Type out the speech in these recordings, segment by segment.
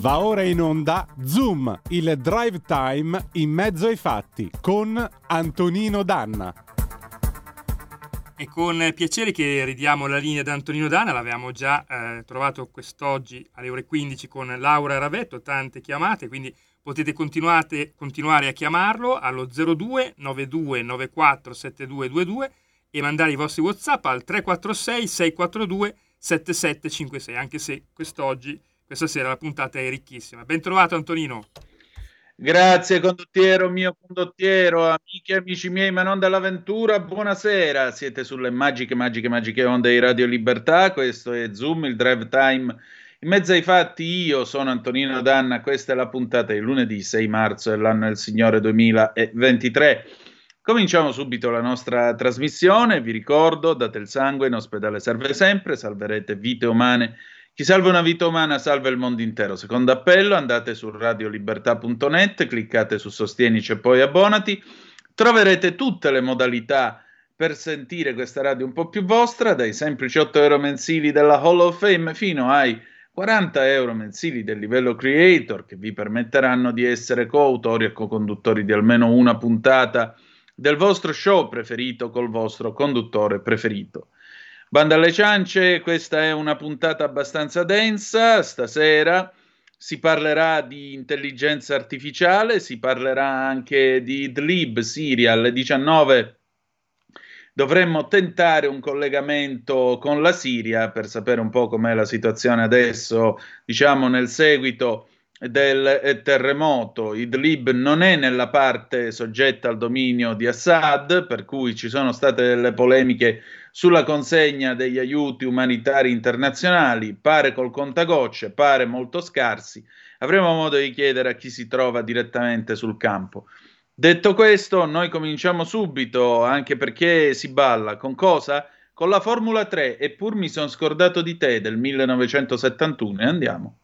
Va ora in onda Zoom, il drive time in mezzo ai fatti con Antonino Danna. E con piacere che ridiamo la linea da Antonino Danna, l'avevamo già trovato quest'oggi alle ore 15 con Laura Ravetto, tante chiamate, quindi potete continuare a chiamarlo allo 02 92 94 7222 e mandare i vostri WhatsApp al 346 642 7756, anche se questa sera la puntata è ricchissima. Ben trovato Antonino. Grazie condottiero, mio condottiero, amiche e amici miei, ma non dall'avventura, buonasera, siete sulle magiche onde di Radio Libertà, questo è Zoom, il drive time in mezzo ai fatti. Io sono Antonino Danna, questa è la puntata di lunedì 6 marzo dell'anno del Signore 2023. Cominciamo subito la nostra trasmissione, vi ricordo, date il sangue, in ospedale serve sempre, salverete vite umane. Chi salva una vita umana salva il mondo intero. Secondo appello, andate su radiolibertà.net, cliccate su Sostienici e poi abbonati. Troverete tutte le modalità per sentire questa radio un po' più vostra, dai semplici 8 euro mensili della Hall of Fame fino ai 40 euro mensili del livello creator, che vi permetteranno di essere coautori e co-conduttori di almeno una puntata del vostro show preferito col vostro conduttore preferito. Banda alle ciance, questa è una puntata abbastanza densa. Stasera si parlerà di intelligenza artificiale, si parlerà anche di Idlib, Siria. Alle 19 dovremmo tentare un collegamento con la Siria per sapere un po' com'è la situazione adesso, diciamo nel seguito del terremoto. Idlib non è nella parte soggetta al dominio di Assad, per cui ci sono state delle polemiche sulla consegna degli aiuti umanitari internazionali, pare col contagocce, pare molto scarsi. Avremo modo di chiedere a chi si trova direttamente sul campo. Detto questo, noi cominciamo subito, anche perché si balla con cosa? Con la Formula 3, eppur mi son scordato di te, del 1971, e andiamo.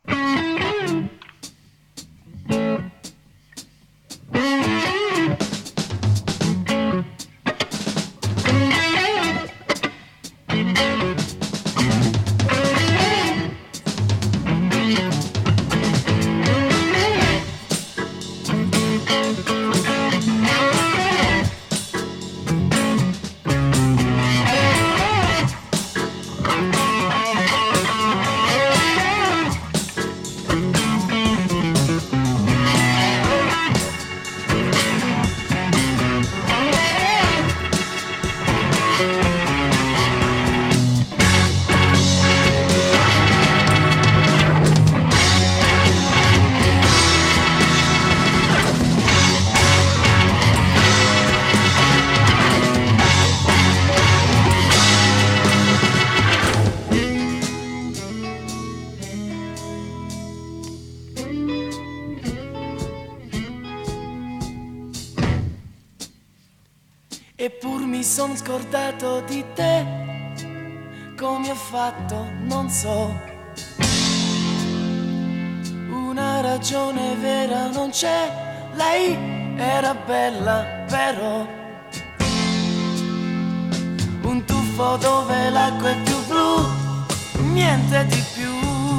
Eppur mi son scordato di te, come ho fatto non so. Una ragione vera non c'è, lei era bella però. Un tuffo dove l'acqua è più blu, niente di più.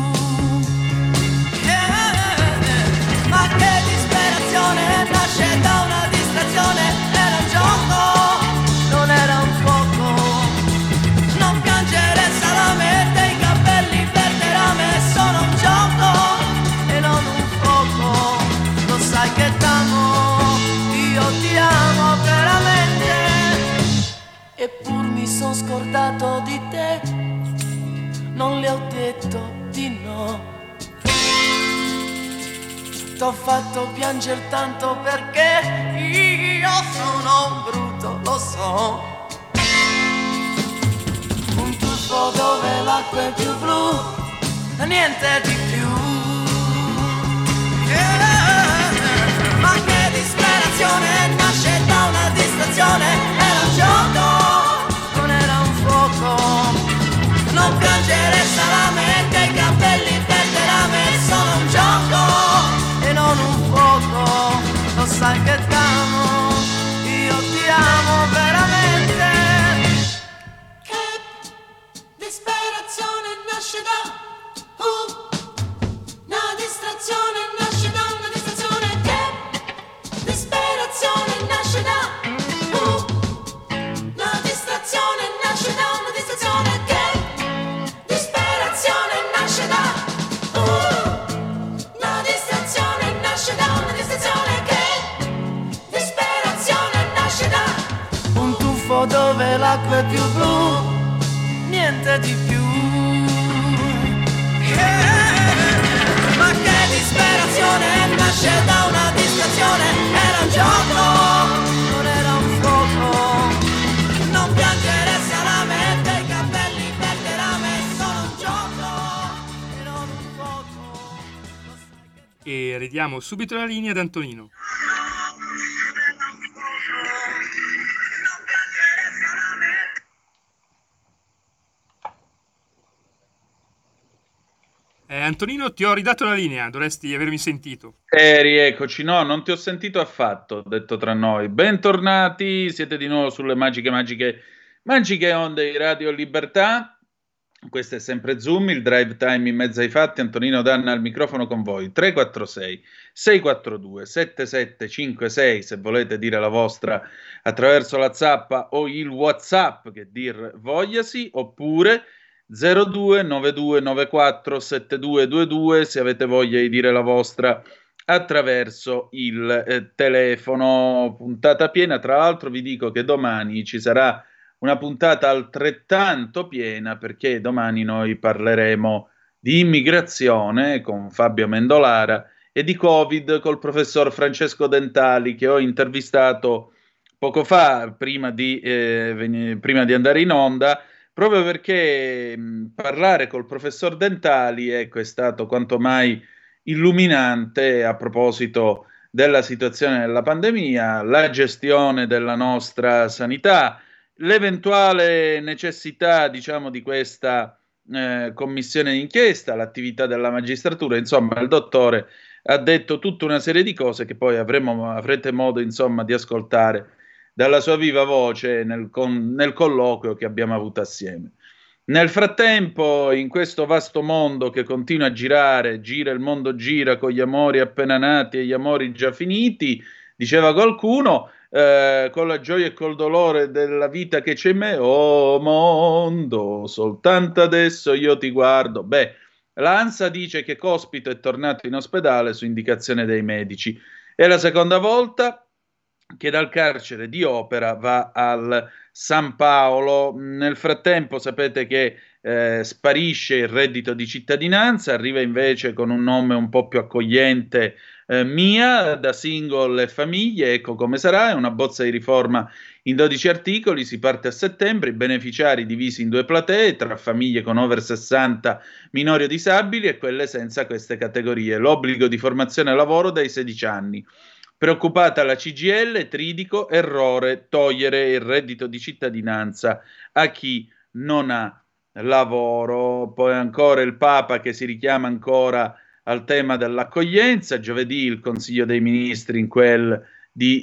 Ma che disperazione nasce da una distrazione, era un gioco. Non era un fuoco, non piangere salame, dei capelli verde rame, sono un gioco e non un fuoco. Lo sai che t'amo, io ti amo veramente. Eppur mi son scordato di te, non le ho detto di no. T'ho fatto piangere tanto perché io sono brutto, lo so. Un tuffo dove l'acqua è più blu, niente di più. Ma che disperazione nasce da una distrazione, era un gioco, non era un fuoco. Non piangere salame, dei capelli verde rame, sono un gioco e non un fuoco. Lo sai che t'amo, io ti amo veramente. Che disperazione nasce da una distrazione. acque più blu, niente di più. Ma che disperazione, nasce da una distrazione, era un gioco, non era un fuoco. Non piangere salame, dei capelli verde rame, sono un gioco e non un fuoco. E ridiamo subito la linea ad Antonino. Antonino, ti ho ridato la linea, dovresti avermi sentito. Rieccoci, no, non ti ho sentito affatto, detto tra noi. Bentornati, siete di nuovo sulle magiche onde di Radio Libertà. Questo è sempre Zoom, il drive time in mezzo ai fatti. Antonino Danna al microfono con voi. 346 642 7756 se volete dire la vostra attraverso la zappa o il WhatsApp, che dir vogliasi, oppure 0292947222 se avete voglia di dire la vostra attraverso il telefono. Puntata piena, tra l'altro vi dico che domani ci sarà una puntata altrettanto piena, perché domani noi parleremo di immigrazione con Fabio Mendolara e di Covid col professor Francesco Dentali, che ho intervistato poco fa, prima di andare in onda, proprio perché parlare col professor Dentali, ecco, è stato quanto mai illuminante a proposito della situazione della pandemia, la gestione della nostra sanità, l'eventuale necessità, diciamo, di questa commissione d'inchiesta, l'attività della magistratura. Insomma, il dottore ha detto tutta una serie di cose che poi avrete modo, insomma, di ascoltare dalla sua viva voce nel colloquio che abbiamo avuto assieme. Nel frattempo, in questo vasto mondo che continua a gira il mondo gira con gli amori appena nati e gli amori già finiti, diceva qualcuno, con la gioia e col dolore della vita che c'è in me, oh mondo, soltanto adesso io ti guardo. Beh, l'ANSA dice che Cospito è tornato in ospedale su indicazione dei medici. È la seconda volta che dal carcere di Opera va al San Paolo. Nel frattempo sapete che sparisce il reddito di cittadinanza, arriva invece con un nome un po' più accogliente, Mia, da single e famiglie. Ecco come sarà, è una bozza di riforma in 12 articoli, si parte a settembre, i beneficiari divisi in due platee, tra famiglie con over 60, minori o disabili, e quelle senza queste categorie. L'obbligo di formazione e lavoro dai 16 anni. Preoccupata la CGIL, Tridico, errore togliere il reddito di cittadinanza a chi non ha lavoro. Poi ancora il Papa che si richiama ancora al tema dell'accoglienza. Giovedì il Consiglio dei Ministri in quel di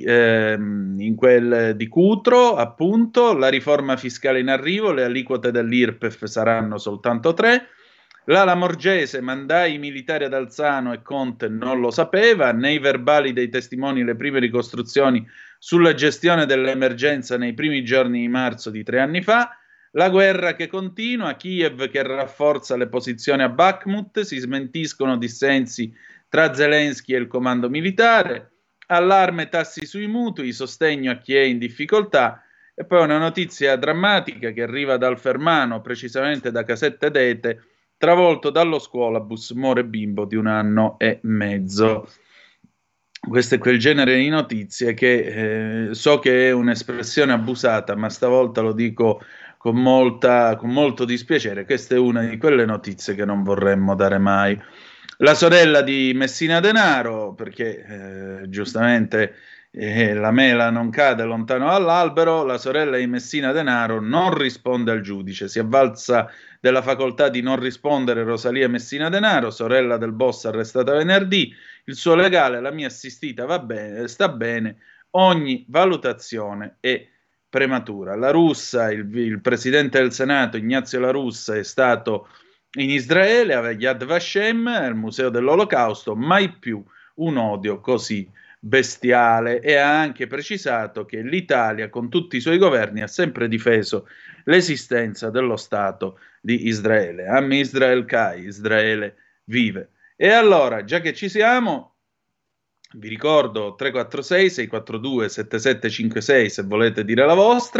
Cutro, appunto. La riforma fiscale in arrivo, le aliquote dell'IRPEF saranno soltanto 3. La Lamorgese, mandai i militari ad Alzano e Conte non lo sapeva. Nei verbali dei testimoni le prime ricostruzioni sulla gestione dell'emergenza nei primi giorni di marzo di 3 anni fa. La guerra che continua, Kiev che rafforza le posizioni a Bakhmut, si smentiscono dissensi tra Zelensky e il comando militare. Allarme tassi sui mutui, sostegno a chi è in difficoltà. E poi una notizia drammatica che arriva dal Fermano, precisamente da Casette d'Ete. Travolto dallo scuolabus, muore bimbo di 1 anno e mezzo. Questo è quel genere di notizie che so che è un'espressione abusata, ma stavolta lo dico con molto dispiacere. Questa è una di quelle notizie che non vorremmo dare mai. La sorella di Messina Denaro, perché giustamente la mela non cade lontano dall'albero, la sorella di Messina Denaro non risponde al giudice, si avvalsa della facoltà di non rispondere Rosalia Messina Denaro, sorella del boss arrestata venerdì. Il suo legale, la mia assistita, va bene, sta bene, ogni valutazione è prematura. La Russa, il presidente del Senato Ignazio La Russa, è stato in Israele a Yad Vashem, al museo dell'Olocausto. Mai più un odio così bestiale, e ha anche precisato che l'Italia con tutti i suoi governi ha sempre difeso l'esistenza dello Stato di Israele. Am Israel Kai, Israele vive. E allora, già che ci siamo, vi ricordo 346 642 7756 se volete dire la vostra.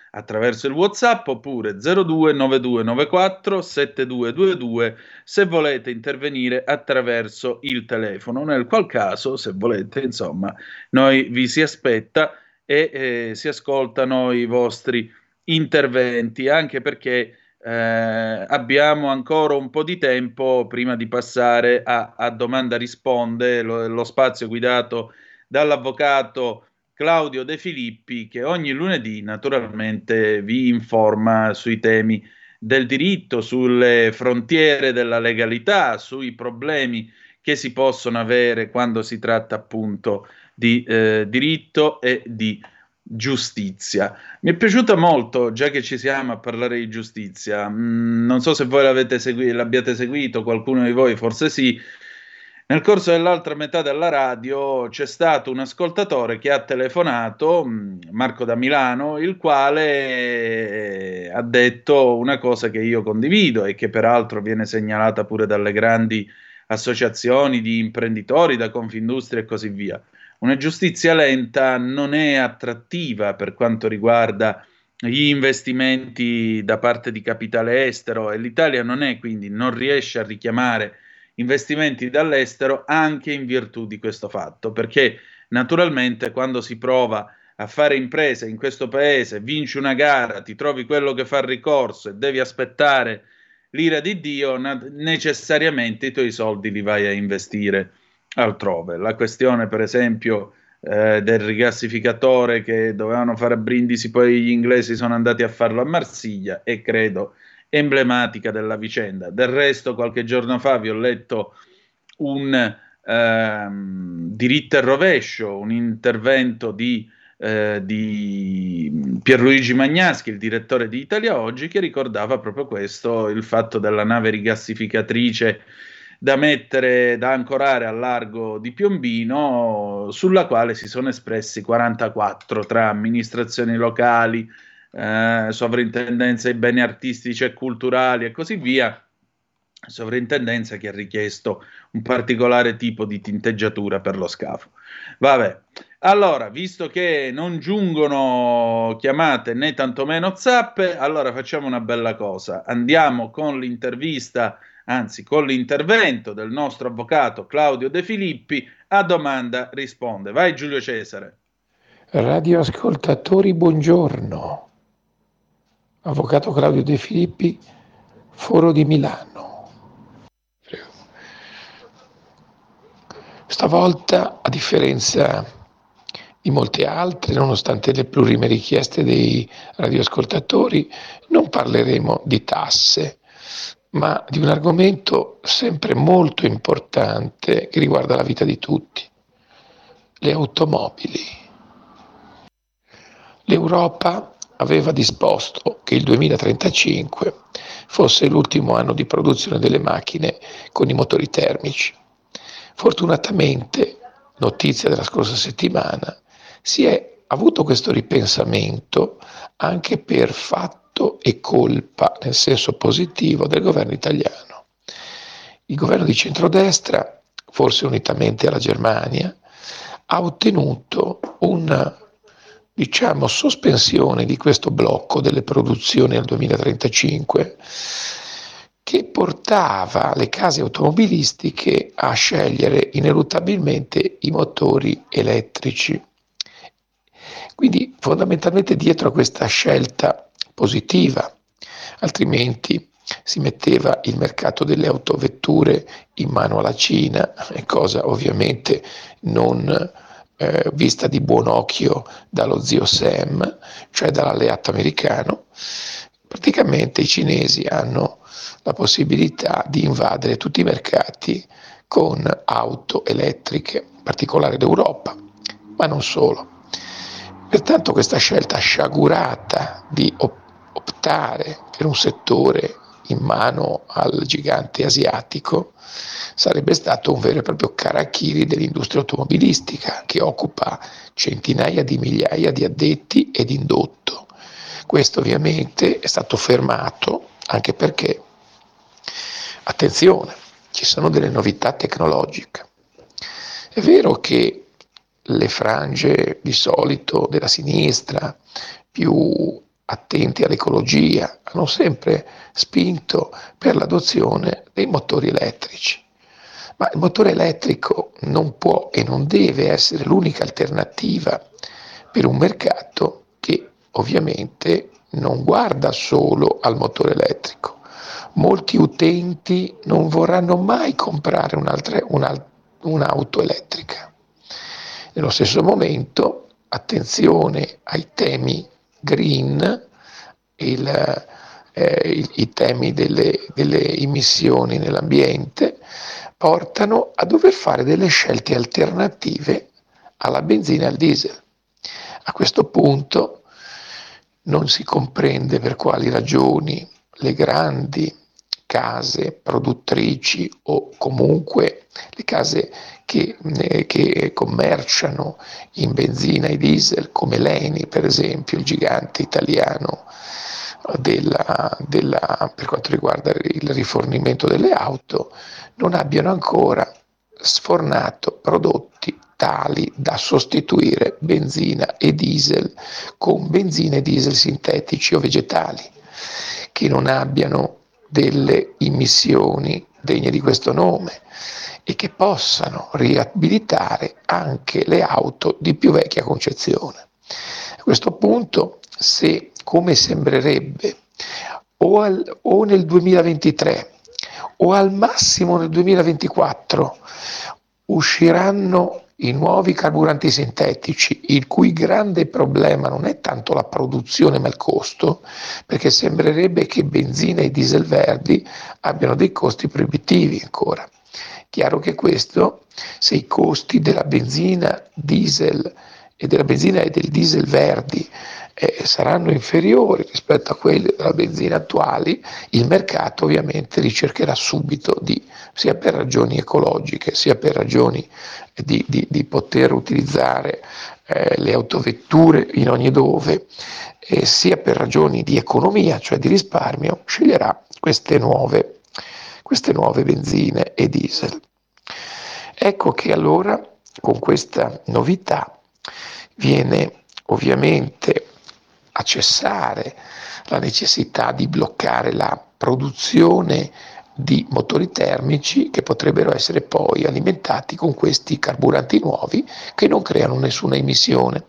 attraverso il WhatsApp oppure 029294 7222 se volete intervenire attraverso il telefono, nel qual caso, se volete, insomma, noi vi si aspetta e si ascoltano i vostri interventi, anche perché abbiamo ancora un po' di tempo prima di passare a domanda risponde, lo spazio guidato dall'avvocato Claudio De Filippi, che ogni lunedì naturalmente vi informa sui temi del diritto, sulle frontiere della legalità, sui problemi che si possono avere quando si tratta appunto di diritto e di giustizia. Mi è piaciuta molto, già che ci siamo a parlare di giustizia, non so se voi l'abbiate seguito, qualcuno di voi forse sì. Nel corso dell'altra metà della radio c'è stato un ascoltatore che ha telefonato, Marco da Milano, il quale ha detto una cosa che io condivido e che peraltro viene segnalata pure dalle grandi associazioni di imprenditori, da Confindustria e così via. Una giustizia lenta non è attrattiva per quanto riguarda gli investimenti da parte di capitale estero, e l'Italia non riesce a richiamare investimenti dall'estero anche in virtù di questo fatto, perché naturalmente quando si prova a fare imprese in questo paese, vinci una gara, ti trovi quello che fa il ricorso e devi aspettare l'ira di Dio, necessariamente i tuoi soldi li vai a investire altrove. La questione, per esempio, del rigassificatore che dovevano fare a Brindisi, poi gli inglesi sono andati a farlo a Marsiglia, e credo emblematica della vicenda. Del resto, qualche giorno fa vi ho letto un diritto e rovescio, un intervento di Pierluigi Magnaschi, il direttore di Italia Oggi, che ricordava proprio questo, il fatto della nave rigassificatrice da ancorare al largo di Piombino, sulla quale si sono espressi 44 tra amministrazioni locali, sovrintendenza ai beni artistici e culturali e così via, sovrintendenza che ha richiesto un particolare tipo di tinteggiatura per lo scafo. Vabbè, allora, visto che non giungono chiamate né tantomeno zappe, allora facciamo una bella cosa, andiamo con l'intervista, anzi con l'intervento del nostro avvocato Claudio De Filippi. A domanda risponde. Vai Giulio Cesare. Radioascoltatori, buongiorno. Avvocato Claudio De Filippi, Foro di Milano. Prego. Stavolta, a differenza di molte altre, nonostante le plurime richieste dei radioascoltatori, non parleremo di tasse, ma di un argomento sempre molto importante che riguarda la vita di tutti: le automobili. L'Europa aveva disposto che il 2035 fosse l'ultimo anno di produzione delle macchine con i motori termici. Fortunatamente, notizia della scorsa settimana, si è avuto questo ripensamento anche per fatto e colpa, nel senso positivo, del governo italiano. Il governo di centrodestra, forse unitamente alla Germania, ha ottenuto una sospensione di questo blocco delle produzioni al 2035, che portava le case automobilistiche a scegliere ineluttabilmente i motori elettrici. Quindi fondamentalmente dietro a questa scelta positiva, altrimenti si metteva il mercato delle autovetture in mano alla Cina, cosa ovviamente non vista di buon occhio dallo zio Sam, cioè dall'alleato americano. Praticamente i cinesi hanno la possibilità di invadere tutti i mercati con auto elettriche, in particolare d'Europa, ma non solo. Pertanto questa scelta sciagurata di optare per un settore in mano al gigante asiatico sarebbe stato un vero e proprio harakiri dell'industria automobilistica, che occupa centinaia di migliaia di addetti ed indotto. Questo ovviamente è stato fermato anche perché, attenzione, ci sono delle novità tecnologiche. È vero che le frange di solito della sinistra più attenti all'ecologia, hanno sempre spinto per l'adozione dei motori elettrici. Ma il motore elettrico non può e non deve essere l'unica alternativa per un mercato che ovviamente non guarda solo al motore elettrico. Molti utenti non vorranno mai comprare un'auto elettrica. Nello stesso momento, attenzione ai temi green, i temi delle emissioni nell'ambiente, portano a dover fare delle scelte alternative alla benzina e al diesel. A questo punto non si comprende per quali ragioni le grandi case produttrici o comunque le case che commerciano in benzina e diesel, come l'Eni per esempio, il gigante italiano per quanto riguarda il rifornimento delle auto, non abbiano ancora sfornato prodotti tali da sostituire benzina e diesel con benzina e diesel sintetici o vegetali, che non abbiano delle emissioni degne di questo nome e che possano riabilitare anche le auto di più vecchia concezione. A questo punto, se come sembrerebbe o nel 2023 o al massimo nel 2024 usciranno i nuovi carburanti sintetici, il cui grande problema non è tanto la produzione ma il costo, perché sembrerebbe che benzina e diesel verdi abbiano dei costi proibitivi ancora. Chiaro che questo, se i costi della benzina diesel e del diesel verdi saranno inferiori rispetto a quelli della benzina attuali, il mercato ovviamente ricercherà subito sia per ragioni ecologiche, sia per ragioni di poter utilizzare le autovetture in ogni dove, sia per ragioni di economia, cioè di risparmio, sceglierà queste nuove benzine e diesel. Ecco che allora con questa novità viene ovviamente a cessare la necessità di bloccare la produzione di motori termici che potrebbero essere poi alimentati con questi carburanti nuovi che non creano nessuna emissione.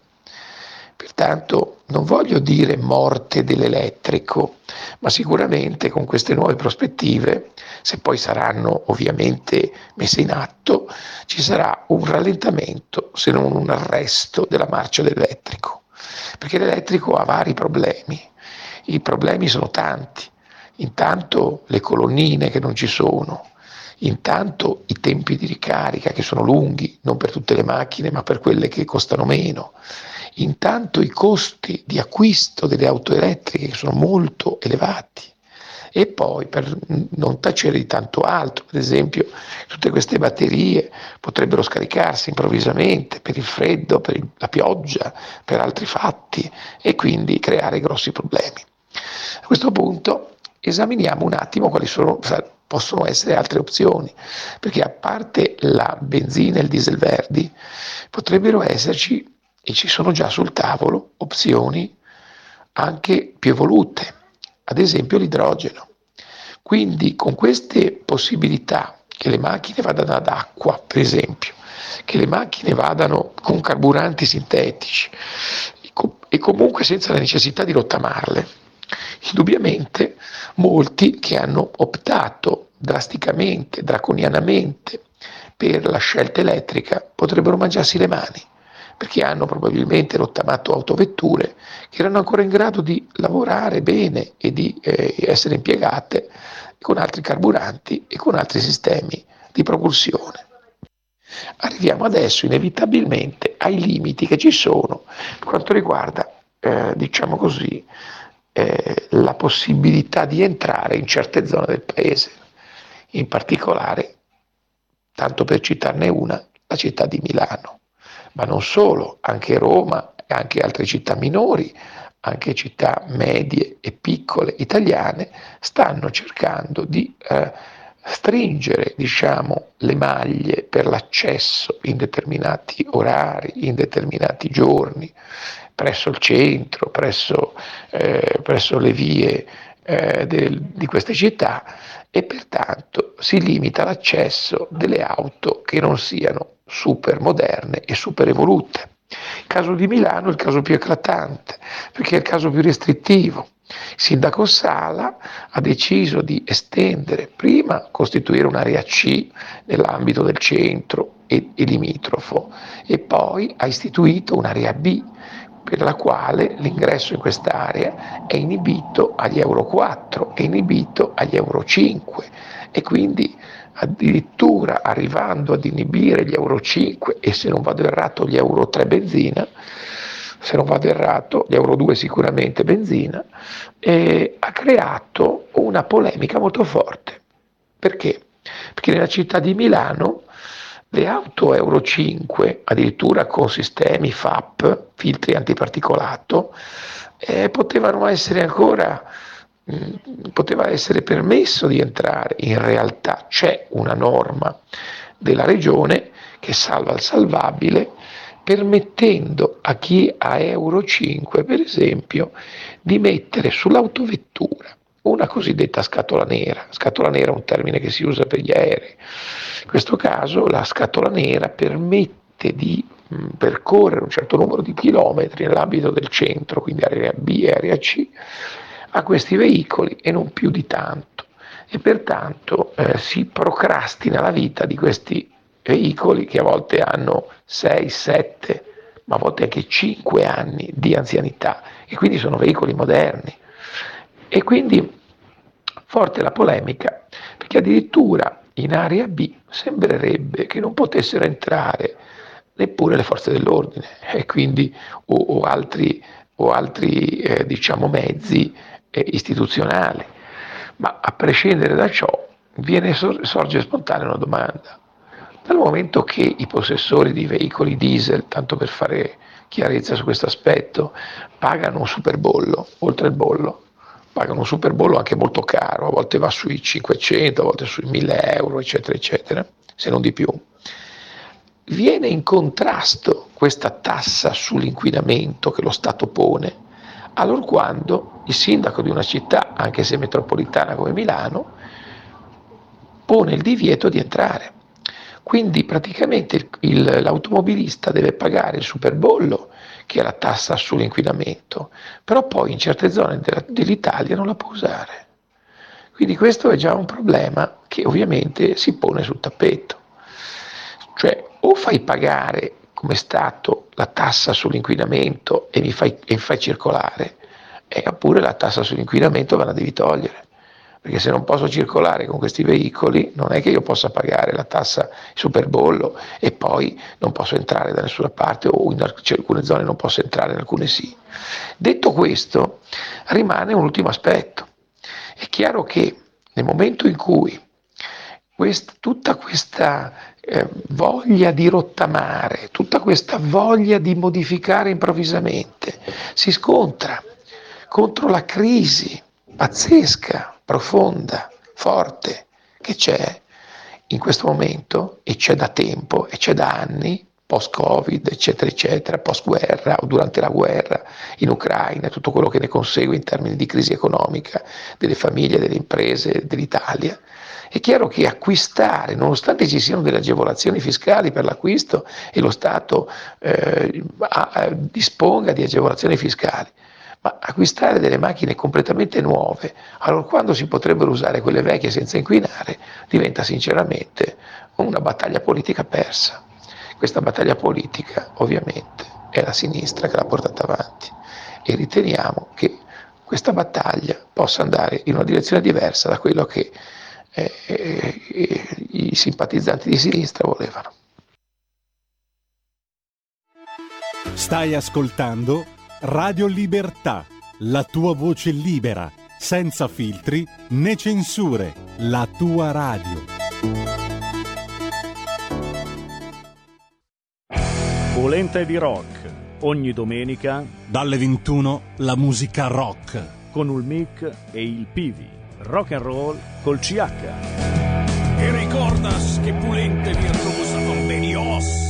Pertanto non voglio dire morte dell'elettrico, ma sicuramente con queste nuove prospettive, se poi saranno ovviamente messe in atto, ci sarà un rallentamento, se non un arresto della marcia dell'elettrico, perché l'elettrico ha vari problemi. I problemi sono tanti. Intanto le colonnine che non ci sono, intanto i tempi di ricarica che sono lunghi, non per tutte le macchine ma per quelle che costano meno, intanto i costi di acquisto delle auto elettriche che sono molto elevati, e poi per non tacere di tanto altro, ad esempio tutte queste batterie potrebbero scaricarsi improvvisamente per il freddo, per la pioggia, per altri fatti, e quindi creare grossi problemi. A questo punto esaminiamo un attimo quali possono essere altre opzioni, perché a parte la benzina e il diesel verdi potrebbero esserci, e ci sono già sul tavolo, opzioni anche più evolute, ad esempio l'idrogeno. Quindi con queste possibilità, che le macchine vadano ad acqua per esempio, che le macchine vadano con carburanti sintetici e comunque senza la necessità di rottamarle, indubbiamente molti che hanno optato drasticamente, draconianamente per la scelta elettrica potrebbero mangiarsi le mani, perché hanno probabilmente rottamato autovetture che erano ancora in grado di lavorare bene e di essere impiegate con altri carburanti e con altri sistemi di propulsione. Arriviamo adesso inevitabilmente ai limiti che ci sono per quanto riguarda, diciamo così, la possibilità di entrare in certe zone del paese, in particolare, tanto per citarne una, la città di Milano, ma non solo, anche Roma e anche altre città minori, anche città medie e piccole italiane stanno cercando di stringere, le maglie per l'accesso in determinati orari, in determinati giorni, presso il centro, presso le vie di queste città, e pertanto si limita l'accesso delle auto che non siano super moderne e super evolute. Il caso di Milano è il caso più eclatante, perché è il caso più restrittivo. Il sindaco Sala ha deciso di estendere, prima costituire un'area C nell'ambito del centro e limitrofo, e poi ha istituito un'area B, per la quale l'ingresso in quest'area è inibito agli Euro 4, è inibito agli Euro 5, e quindi addirittura arrivando ad inibire gli Euro 5 e, se non vado errato, gli Euro 3 benzina, se non vado errato, gli Euro 2 sicuramente benzina, ha creato una polemica molto forte. Perché? Perché nella città di Milano le auto Euro 5, addirittura con sistemi FAP, filtri antiparticolato, poteva essere permesso di entrare. In realtà c'è una norma della regione che salva il salvabile, permettendo a chi ha Euro 5, per esempio, di mettere sull'autovettura una cosiddetta scatola nera. Scatola nera è un termine che si usa per gli aerei. In questo caso la scatola nera permette di percorrere un certo numero di chilometri nell'ambito del centro, quindi area B e area C, a questi veicoli, e non più di tanto. E pertanto si procrastina la vita di questi veicoli, che a volte hanno 6, 7, ma a volte anche 5 anni di anzianità, e quindi sono veicoli moderni. E quindi forte la polemica, perché addirittura in area B sembrerebbe che non potessero entrare neppure le forze dell'ordine, e quindi o altri mezzi istituzionali. Ma a prescindere da ciò sorge spontanea una domanda. Dal momento che i possessori di veicoli diesel, tanto per fare chiarezza su questo aspetto, pagano un superbollo, oltre il bollo, pagano un superbollo anche molto caro, a volte va sui 500, a volte sui 1000 euro, eccetera, eccetera, se non di più. Viene in contrasto questa tassa sull'inquinamento che lo Stato pone, allorquando il sindaco di una città, anche se metropolitana come Milano, pone il divieto di entrare. Quindi praticamente l'automobilista deve pagare il superbollo, che è la tassa sull'inquinamento, però poi in certe zone dell'Italia non la può usare. Quindi questo è già un problema che ovviamente si pone sul tappeto. Cioè, o fai pagare come Stato la tassa sull'inquinamento e mi fai circolare, oppure la tassa sull'inquinamento me la devi togliere. Perché se non posso circolare con questi veicoli, non è che io possa pagare la tassa superbollo e poi non posso entrare da nessuna parte, o in alcune zone non posso entrare, in alcune sì. Detto questo, rimane un ultimo aspetto. È chiaro che nel momento in cui tutta questa voglia di rottamare, tutta questa voglia di modificare improvvisamente si scontra contro la crisi pazzesca, profonda, forte, che c'è in questo momento, e c'è da tempo, e c'è da anni, post-Covid, eccetera, eccetera, post-guerra o durante la guerra in Ucraina, tutto quello che ne consegue in termini di crisi economica delle famiglie, delle imprese, dell'Italia. È chiaro che acquistare, nonostante ci siano delle agevolazioni fiscali per l'acquisto e lo Stato disponga di agevolazioni fiscali, ma acquistare delle macchine completamente nuove, allora quando si potrebbero usare quelle vecchie senza inquinare, diventa sinceramente una battaglia politica persa. Questa battaglia politica ovviamente è la sinistra che l'ha portata avanti, e riteniamo che questa battaglia possa andare in una direzione diversa da quello che i simpatizzanti di sinistra volevano. Stai ascoltando Radio Libertà, la tua voce libera, senza filtri né censure, la tua radio. Polenta di rock, ogni domenica Dalle 21 la musica rock. con il Mic e il Pivi. Rock and roll col CH. E ricordas que pulente virtuosa convenios.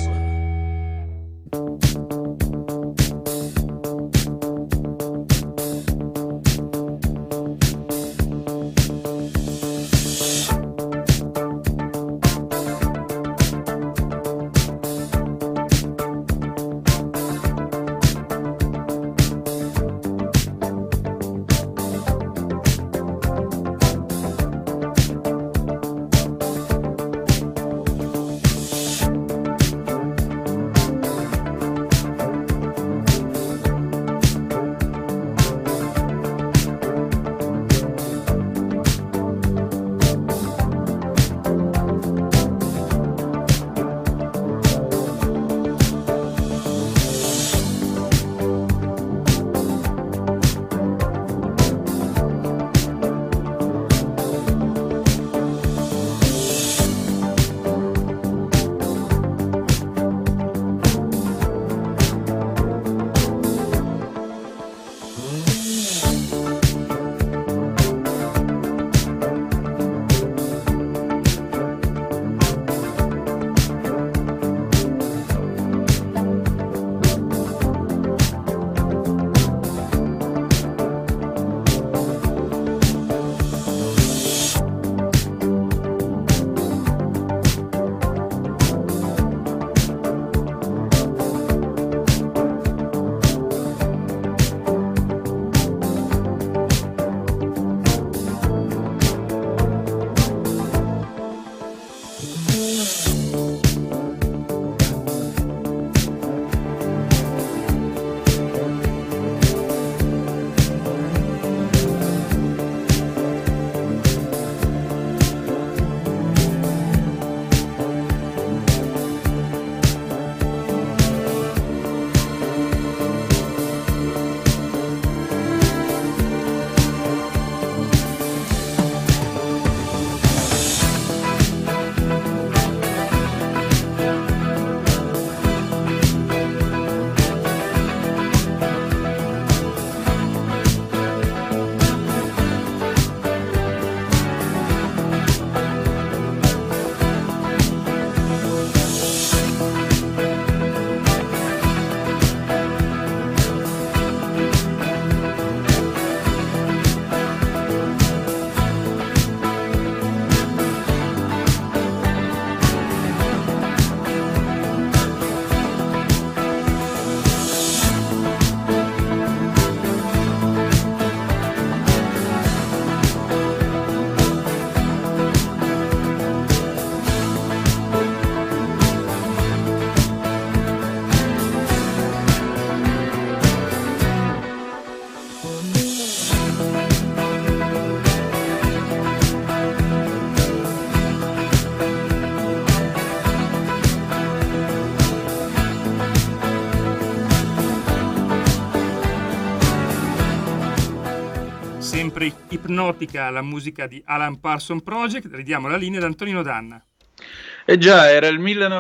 Sempre ipnotica la musica di Alan Parsons Project. Ridiamo la linea ad Antonino Danna. Eh già, era il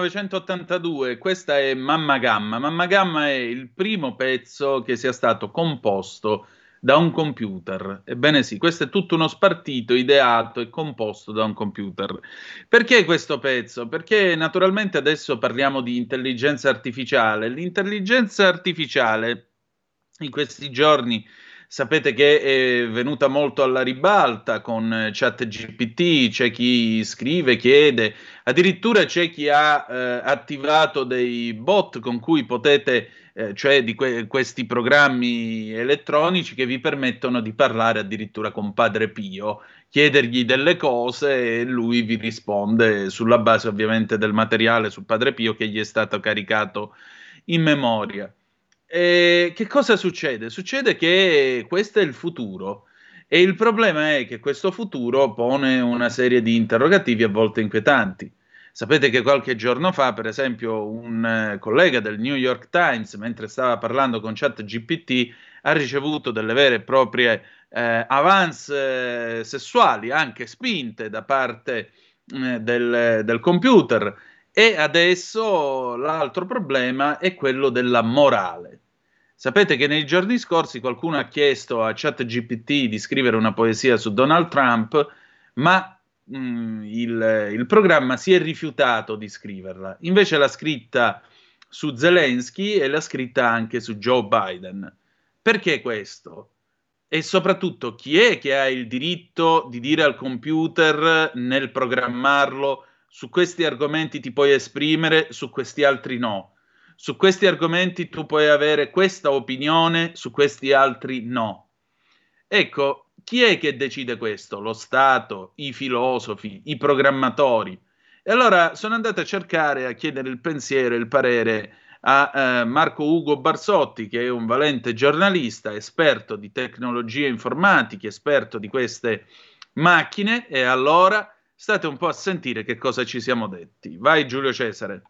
1982, questa è Mamma Gamma. Mamma Gamma è il primo pezzo che sia stato composto da un computer. Ebbene sì, questo è tutto uno spartito ideato e composto da un computer. Perché questo pezzo? Perché naturalmente adesso parliamo di intelligenza artificiale. L'intelligenza artificiale in questi giorni sapete che è venuta molto alla ribalta con ChatGPT, c'è chi scrive, chiede, addirittura c'è chi ha attivato dei bot con cui potete, cioè di questi programmi elettronici che vi permettono di parlare addirittura con Padre Pio, chiedergli delle cose e lui vi risponde sulla base ovviamente del materiale su Padre Pio che gli è stato caricato in memoria. Che cosa succede? Succede che questo è il futuro e il problema è che questo futuro pone una serie di interrogativi a volte inquietanti. Sapete che qualche giorno fa, per esempio, un collega del New York Times, mentre stava parlando con ChatGPT, ha ricevuto delle vere e proprie avance sessuali, anche spinte da parte del computer. E adesso l'altro problema è quello della morale. Sapete che nei giorni scorsi qualcuno ha chiesto a ChatGPT di scrivere una poesia su Donald Trump, ma il programma si è rifiutato di scriverla, invece l'ha scritta su Zelensky e l'ha scritta anche su Joe Biden. Perché questo? E soprattutto chi è che ha il diritto di dire al computer nel programmarlo: su questi argomenti ti puoi esprimere, su questi altri no. Su questi argomenti tu puoi avere questa opinione, su questi altri no. Ecco, chi è che decide questo? Lo Stato, i filosofi, i programmatori. E allora sono andato a cercare, a chiedere il pensiero e il parere a Marco Ugo Barsotti, che è un valente giornalista, esperto di tecnologie informatiche, esperto di queste macchine, e allora state un po' a sentire che cosa ci siamo detti. Vai Giulio Cesare.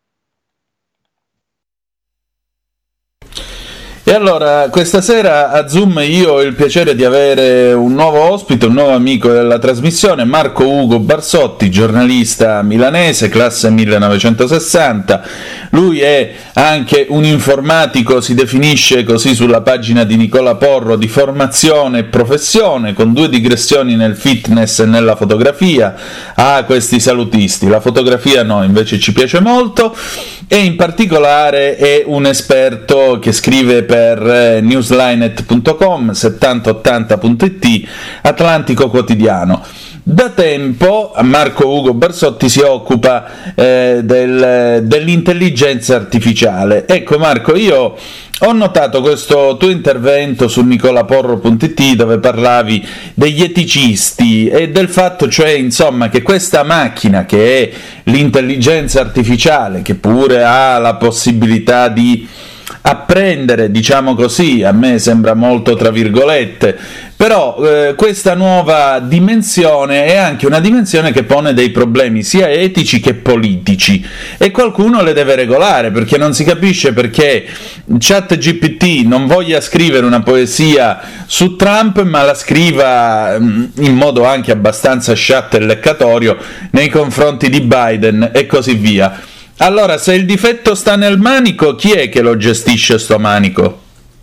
E allora, questa sera a Zoom io ho il piacere di avere un nuovo ospite, un nuovo amico della trasmissione, Marco Ugo Barsotti, giornalista milanese, classe 1960. Lui è anche un informatico, si definisce così sulla pagina di Nicola Porro, di formazione e professione, con 2 digressioni nel fitness e nella fotografia. Questi salutisti, la fotografia no, invece ci piace molto, e in particolare è un esperto che scrive per newslinet.com, 7080.it, Atlantico Quotidiano. Da tempo Marco Ugo Barsotti si occupa dell'intelligenza artificiale. Ecco Marco, io ho notato questo tuo intervento su nicolaporro.it dove parlavi degli eticisti e del fatto, cioè, insomma, che questa macchina che è l'intelligenza artificiale, che pure ha la possibilità di apprendere, diciamo così, a me sembra molto tra virgolette, però questa nuova dimensione è anche una dimensione che pone dei problemi sia etici che politici, e qualcuno le deve regolare, perché non si capisce perché ChatGPT non voglia scrivere una poesia su Trump, ma la scriva in modo anche abbastanza sciatto e leccatorio nei confronti di Biden e così via. Allora, se il difetto sta nel manico, chi è che lo gestisce sto manico?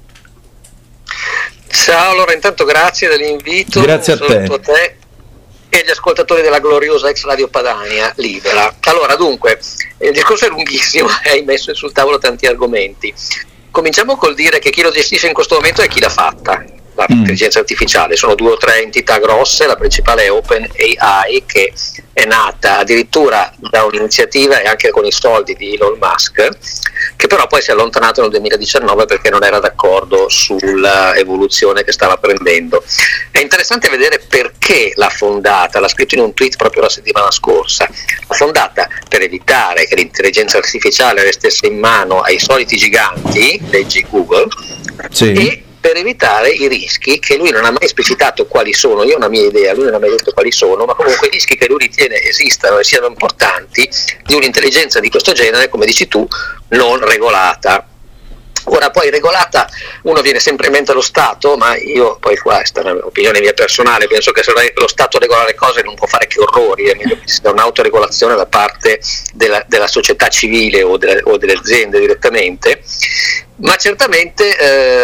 Ciao, allora intanto grazie dell'invito. Grazie a te e agli ascoltatori della gloriosa ex Radio Padania Libera. Allora, dunque, il discorso è lunghissimo e hai messo sul tavolo tanti argomenti. Cominciamo col dire che chi lo gestisce in questo momento è chi l'ha fatta, l'intelligenza artificiale. Sono 2 o 3 entità grosse, la principale è OpenAI, che è nata addirittura da un'iniziativa e anche con i soldi di Elon Musk, che però poi si è allontanato nel 2019 perché non era d'accordo sull'evoluzione che stava prendendo. È interessante vedere perché l'ha fondata, l'ha scritto in un tweet proprio la settimana scorsa. L'ha fondata per evitare che l'intelligenza artificiale restasse in mano ai soliti giganti, leggi Google, sì, e per evitare i rischi che lui non ha mai esplicitato quali sono. Io ho una mia idea, lui non ha mai detto quali sono, ma comunque i rischi che lui ritiene esistano e siano importanti di un'intelligenza di questo genere, come dici tu, non regolata. Ora, poi regolata, uno viene sempre in mente lo Stato, ma io poi questa è un'opinione mia personale, penso che se lo Stato regola le cose non può fare che orrori, è meglio che sia un'autoregolazione da parte della società civile o delle aziende direttamente, ma certamente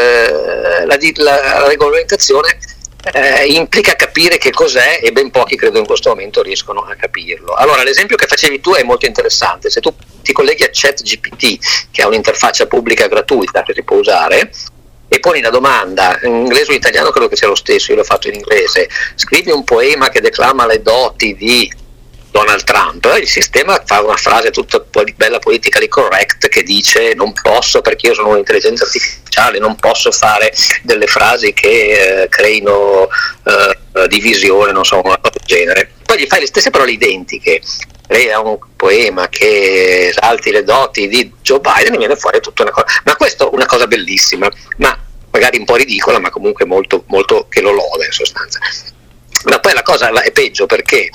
la regolamentazione implica capire che cos'è, e ben pochi credo in questo momento riescono a capirlo. Allora, l'esempio che facevi tu è molto interessante. Se tu ti colleghi a ChatGPT, che ha un'interfaccia pubblica gratuita che si può usare, e poni la domanda, in inglese o in italiano credo che sia lo stesso, io l'ho fatto in inglese, scrivi un poema che declama le doti di Donald Trump, il sistema fa una frase tutta bella politically correct che dice: non posso, perché io sono un'intelligenza artificiale, non posso fare delle frasi che creino divisione, non so, una cosa del genere. Poi gli fai le stesse parole identiche, crea un poema che esalti le doti di Joe Biden, e viene fuori tutta una cosa, ma questo è una cosa bellissima, ma magari un po' ridicola, ma comunque molto, molto che lo loda in sostanza. Ma poi la cosa è peggio, perché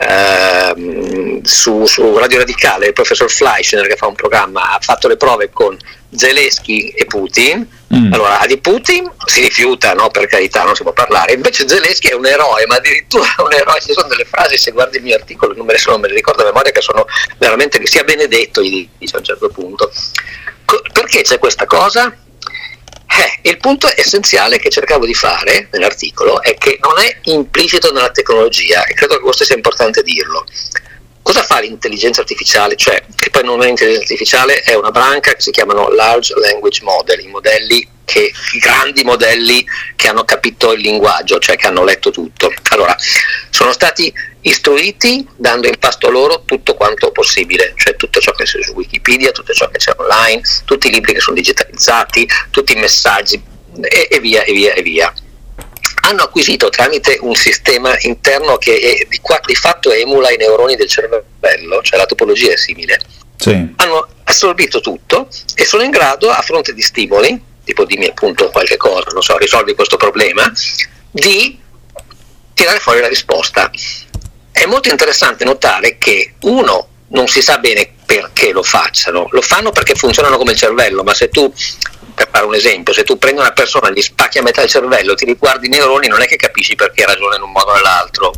su Radio Radicale il professor Fleischner, che fa un programma, ha fatto le prove con Zelensky e Putin. Allora, di Putin si rifiuta, no, per carità, non si può parlare, invece Zelensky è un eroe, ma addirittura un eroe. Ci sono delle frasi, se guardi il mio articolo, non me le ricordo a memoria, che sono veramente, sia benedetto, gli dice a un certo punto. Perché c'è questa cosa? Il punto essenziale che cercavo di fare nell'articolo è che non è implicito nella tecnologia, e credo che questo sia importante dirlo. Cosa fa l'intelligenza artificiale? Cioè, che poi non è intelligenza artificiale, è una branca che si chiamano Large Language Model, i grandi modelli che hanno capito il linguaggio, cioè che hanno letto tutto. Allora, sono stati istruiti dando in pasto loro tutto quanto possibile, cioè tutto ciò che c'è su Wikipedia, tutto ciò che c'è online, tutti i libri che sono digitalizzati, tutti i messaggi e via. Hanno acquisito tramite un sistema interno che di fatto emula i neuroni del cervello, cioè la topologia è simile. Sì. Hanno assorbito tutto e sono in grado, a fronte di stimoli, tipo dimmi appunto qualche cosa, non so, risolvi questo problema, di tirare fuori la risposta. È molto interessante notare che uno non si sa bene perché lo facciano, lo fanno perché funzionano come il cervello, ma se tu, per fare un esempio, se tu prendi una persona, gli spacchi a metà il cervello, ti riguardi i neuroni, non è che capisci perché ragiona in un modo o nell'altro.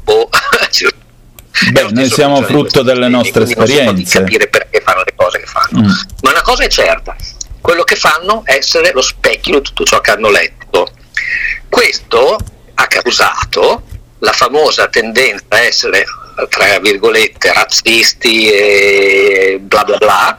Noi siamo frutto delle nostre esperienze. Non si può capire perché fanno le cose che fanno. Ma una cosa è certa, quello che fanno è essere lo specchio di tutto ciò che hanno letto. Questo ha causato la famosa tendenza a essere, tra virgolette, razzisti e bla bla bla,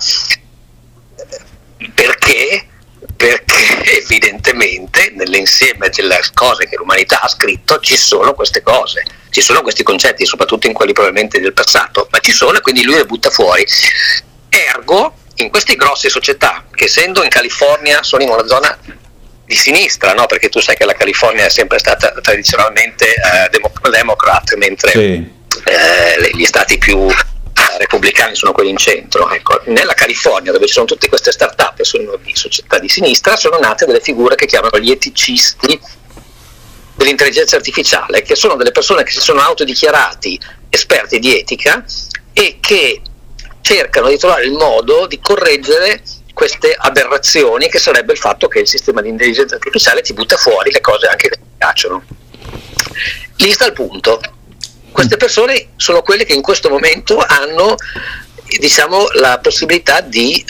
perché evidentemente nell'insieme delle cose che l'umanità ha scritto ci sono queste cose, ci sono questi concetti, soprattutto in quelli probabilmente del passato, ma ci sono e quindi lui le butta fuori. Ergo, in queste grosse società, che essendo in California sono in una zona di sinistra, no? Perché tu sai che la California è sempre stata tradizionalmente democrat, mentre sì. Gli stati più repubblicani sono quelli in centro. Ecco, nella California, dove ci sono tutte queste start-up e sono di società di sinistra, sono nate delle figure che chiamano gli eticisti dell'intelligenza artificiale, che sono delle persone che si sono autodichiarati esperti di etica e che cercano di trovare il modo di correggere queste aberrazioni, che sarebbe il fatto che il sistema di intelligenza artificiale ti butta fuori le cose anche che ti piacciono. Lì sta il punto. Queste persone sono quelle che in questo momento hanno, diciamo, la possibilità di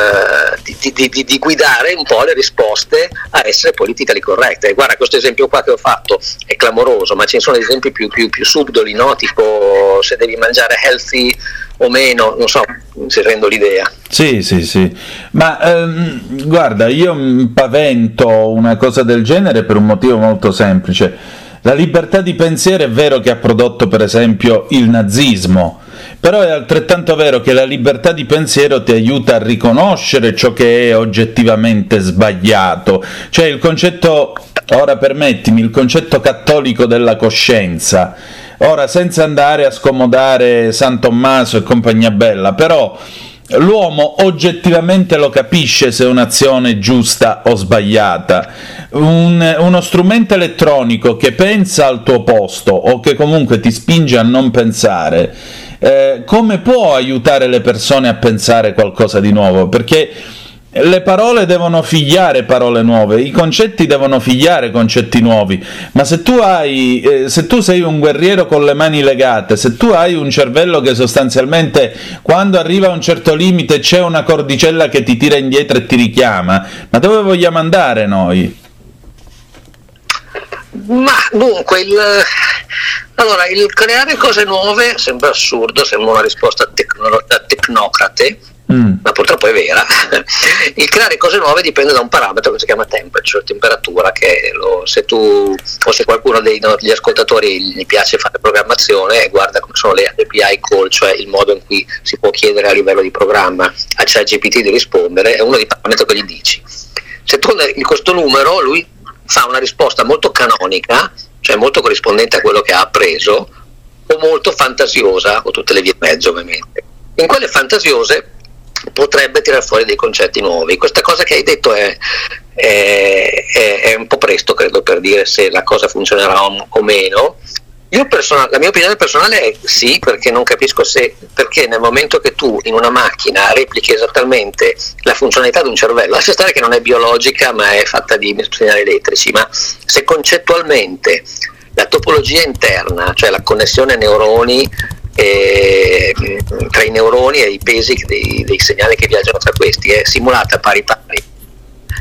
guidare un po' le risposte a essere politically correct. E guarda, questo esempio qua che ho fatto è clamoroso, ma ce ne sono esempi più subdoli, no? Tipo se devi mangiare healthy o meno, non so se rendo l'idea. Sì, ma guarda, io pavento una cosa del genere per un motivo molto semplice. La libertà di pensiero è vero che ha prodotto per esempio il nazismo, però è altrettanto vero che la libertà di pensiero ti aiuta a riconoscere ciò che è oggettivamente sbagliato, cioè il concetto, ora permettimi, il concetto cattolico della coscienza. Ora, senza andare a scomodare San Tommaso e compagnia bella, però l'uomo oggettivamente lo capisce se un'azione è giusta o sbagliata. Uno strumento elettronico che pensa al tuo posto o che comunque ti spinge a non pensare, come può aiutare le persone a pensare qualcosa di nuovo? Perché le parole devono figliare parole nuove, i concetti devono figliare concetti nuovi, ma se tu sei un guerriero con le mani legate, se tu hai un cervello che sostanzialmente quando arriva a un certo limite c'è una cordicella che ti tira indietro e ti richiama, ma dove vogliamo andare noi? Ma dunque, il creare cose nuove sembra assurdo, sembra una risposta da tecnocrate, ma purtroppo è vera. Il creare cose nuove dipende da un parametro che si chiama temperatura, che se tu o se qualcuno degli ascoltatori gli piace fare programmazione, guarda come sono le API call, cioè il modo in cui si può chiedere a livello di programma a ChatGPT di rispondere, è uno dei parametri che gli dici. Se tu in questo numero lui fa una risposta molto canonica, cioè molto corrispondente a quello che ha appreso, o molto fantasiosa, o tutte le vie mezzo ovviamente. In quelle fantasiose potrebbe tirar fuori dei concetti nuovi. Questa cosa che hai detto è un po' presto, credo, per dire se la cosa funzionerà o meno. La mia opinione personale è sì, perché non capisco perché nel momento che tu in una macchina replichi esattamente la funzionalità di un cervello, lascia stare che non è biologica ma è fatta di segnali elettrici, ma se concettualmente la topologia interna, cioè la connessione neuroni tra i neuroni e i pesi dei segnali che viaggiano tra questi è simulata pari pari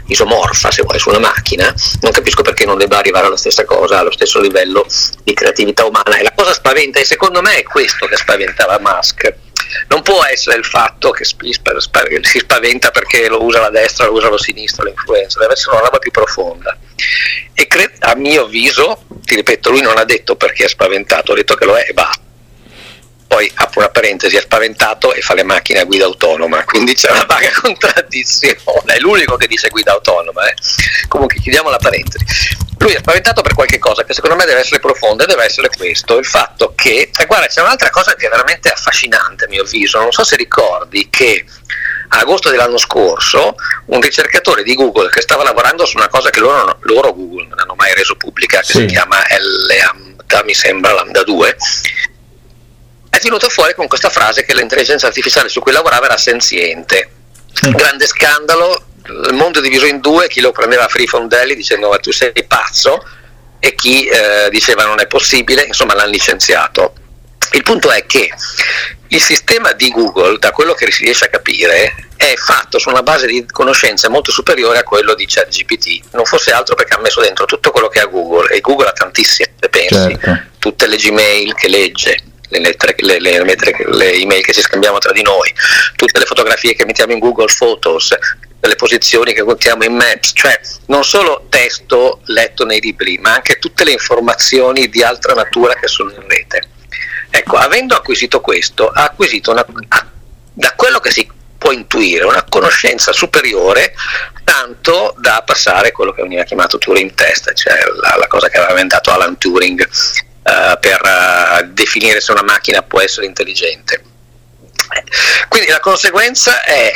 isomorfa, se vuoi, su una macchina, non capisco perché non debba arrivare alla stessa cosa, allo stesso livello di creatività umana. E la cosa spaventa, e secondo me è questo che spaventava Musk. Non può essere il fatto che si spaventa perché lo usa la destra, lo usa la sinistra, l'influenza, deve essere una roba più profonda. E a mio avviso, ti ripeto, lui non ha detto perché è spaventato, ha detto che lo è e basta. Poi apro una parentesi, è spaventato e fa le macchine a guida autonoma, quindi c'è una vaga contraddizione, è l'unico che dice guida autonoma. Comunque chiudiamo la parentesi. Lui è spaventato per qualche cosa che secondo me deve essere profonda, e deve essere questo, il fatto che, guarda, c'è un'altra cosa che è veramente affascinante a mio avviso, non so se ricordi che a agosto dell'anno scorso un ricercatore di Google che stava lavorando su una cosa che loro Google non hanno mai reso pubblica, che si chiama Lambda, mi sembra Lambda 2, è venuto fuori con questa frase che l'intelligenza artificiale su cui lavorava era senziente. Grande scandalo, il mondo è diviso in due, chi lo prendeva a free fondelli dicendo ma tu sei pazzo, e chi diceva non è possibile, insomma l'hanno licenziato. Il punto è che il sistema di Google, da quello che si riesce a capire, è fatto su una base di conoscenze molto superiore a quello di ChatGPT, non fosse altro perché ha messo dentro tutto quello che ha Google, e Google ha tantissime, se pensi, tutte le Gmail che legge, le email che ci scambiamo tra di noi, tutte le fotografie che mettiamo in Google Photos, le posizioni che contiamo in Maps, cioè non solo testo letto nei libri, ma anche tutte le informazioni di altra natura che sono in rete. Ecco, avendo acquisito questo, ha acquisito da quello che si può intuire una conoscenza superiore, tanto da passare quello che veniva chiamato Turing test, cioè la cosa che aveva inventato Alan Turing per definire se una macchina può essere intelligente. Quindi la conseguenza è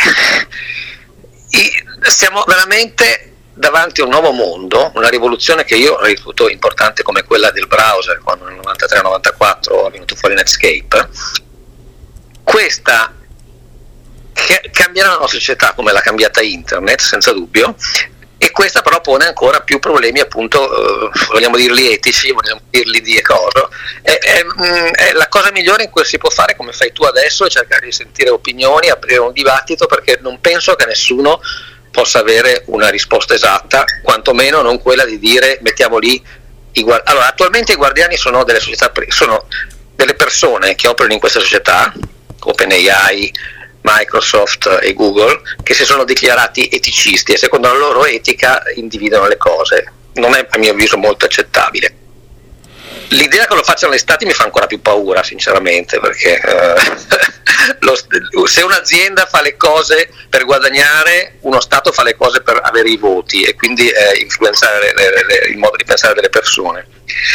siamo veramente davanti a un nuovo mondo, una rivoluzione che io reputo importante come quella del browser, quando nel 93-94 è venuto fuori Netscape. Questa cambierà la nostra società come l'ha cambiata internet, senza dubbio, e questa però pone ancora più problemi, appunto, vogliamo dirli etici, vogliamo dirli di cosa. È la cosa migliore in cui si può fare, come fai tu adesso, è cercare di sentire opinioni, aprire un dibattito, perché non penso che nessuno possa avere una risposta esatta, quantomeno non quella di dire mettiamo lì allora, attualmente i guardiani sono delle società, sono delle persone che operano in questa società, OpenAI, Microsoft e Google, che si sono dichiarati eticisti e secondo la loro etica individuano le cose. Non è a mio avviso molto accettabile. L'idea che lo facciano gli stati mi fa ancora più paura, sinceramente, perché se un'azienda fa le cose per guadagnare, uno Stato fa le cose per avere i voti e quindi influenzare il modo di pensare delle persone.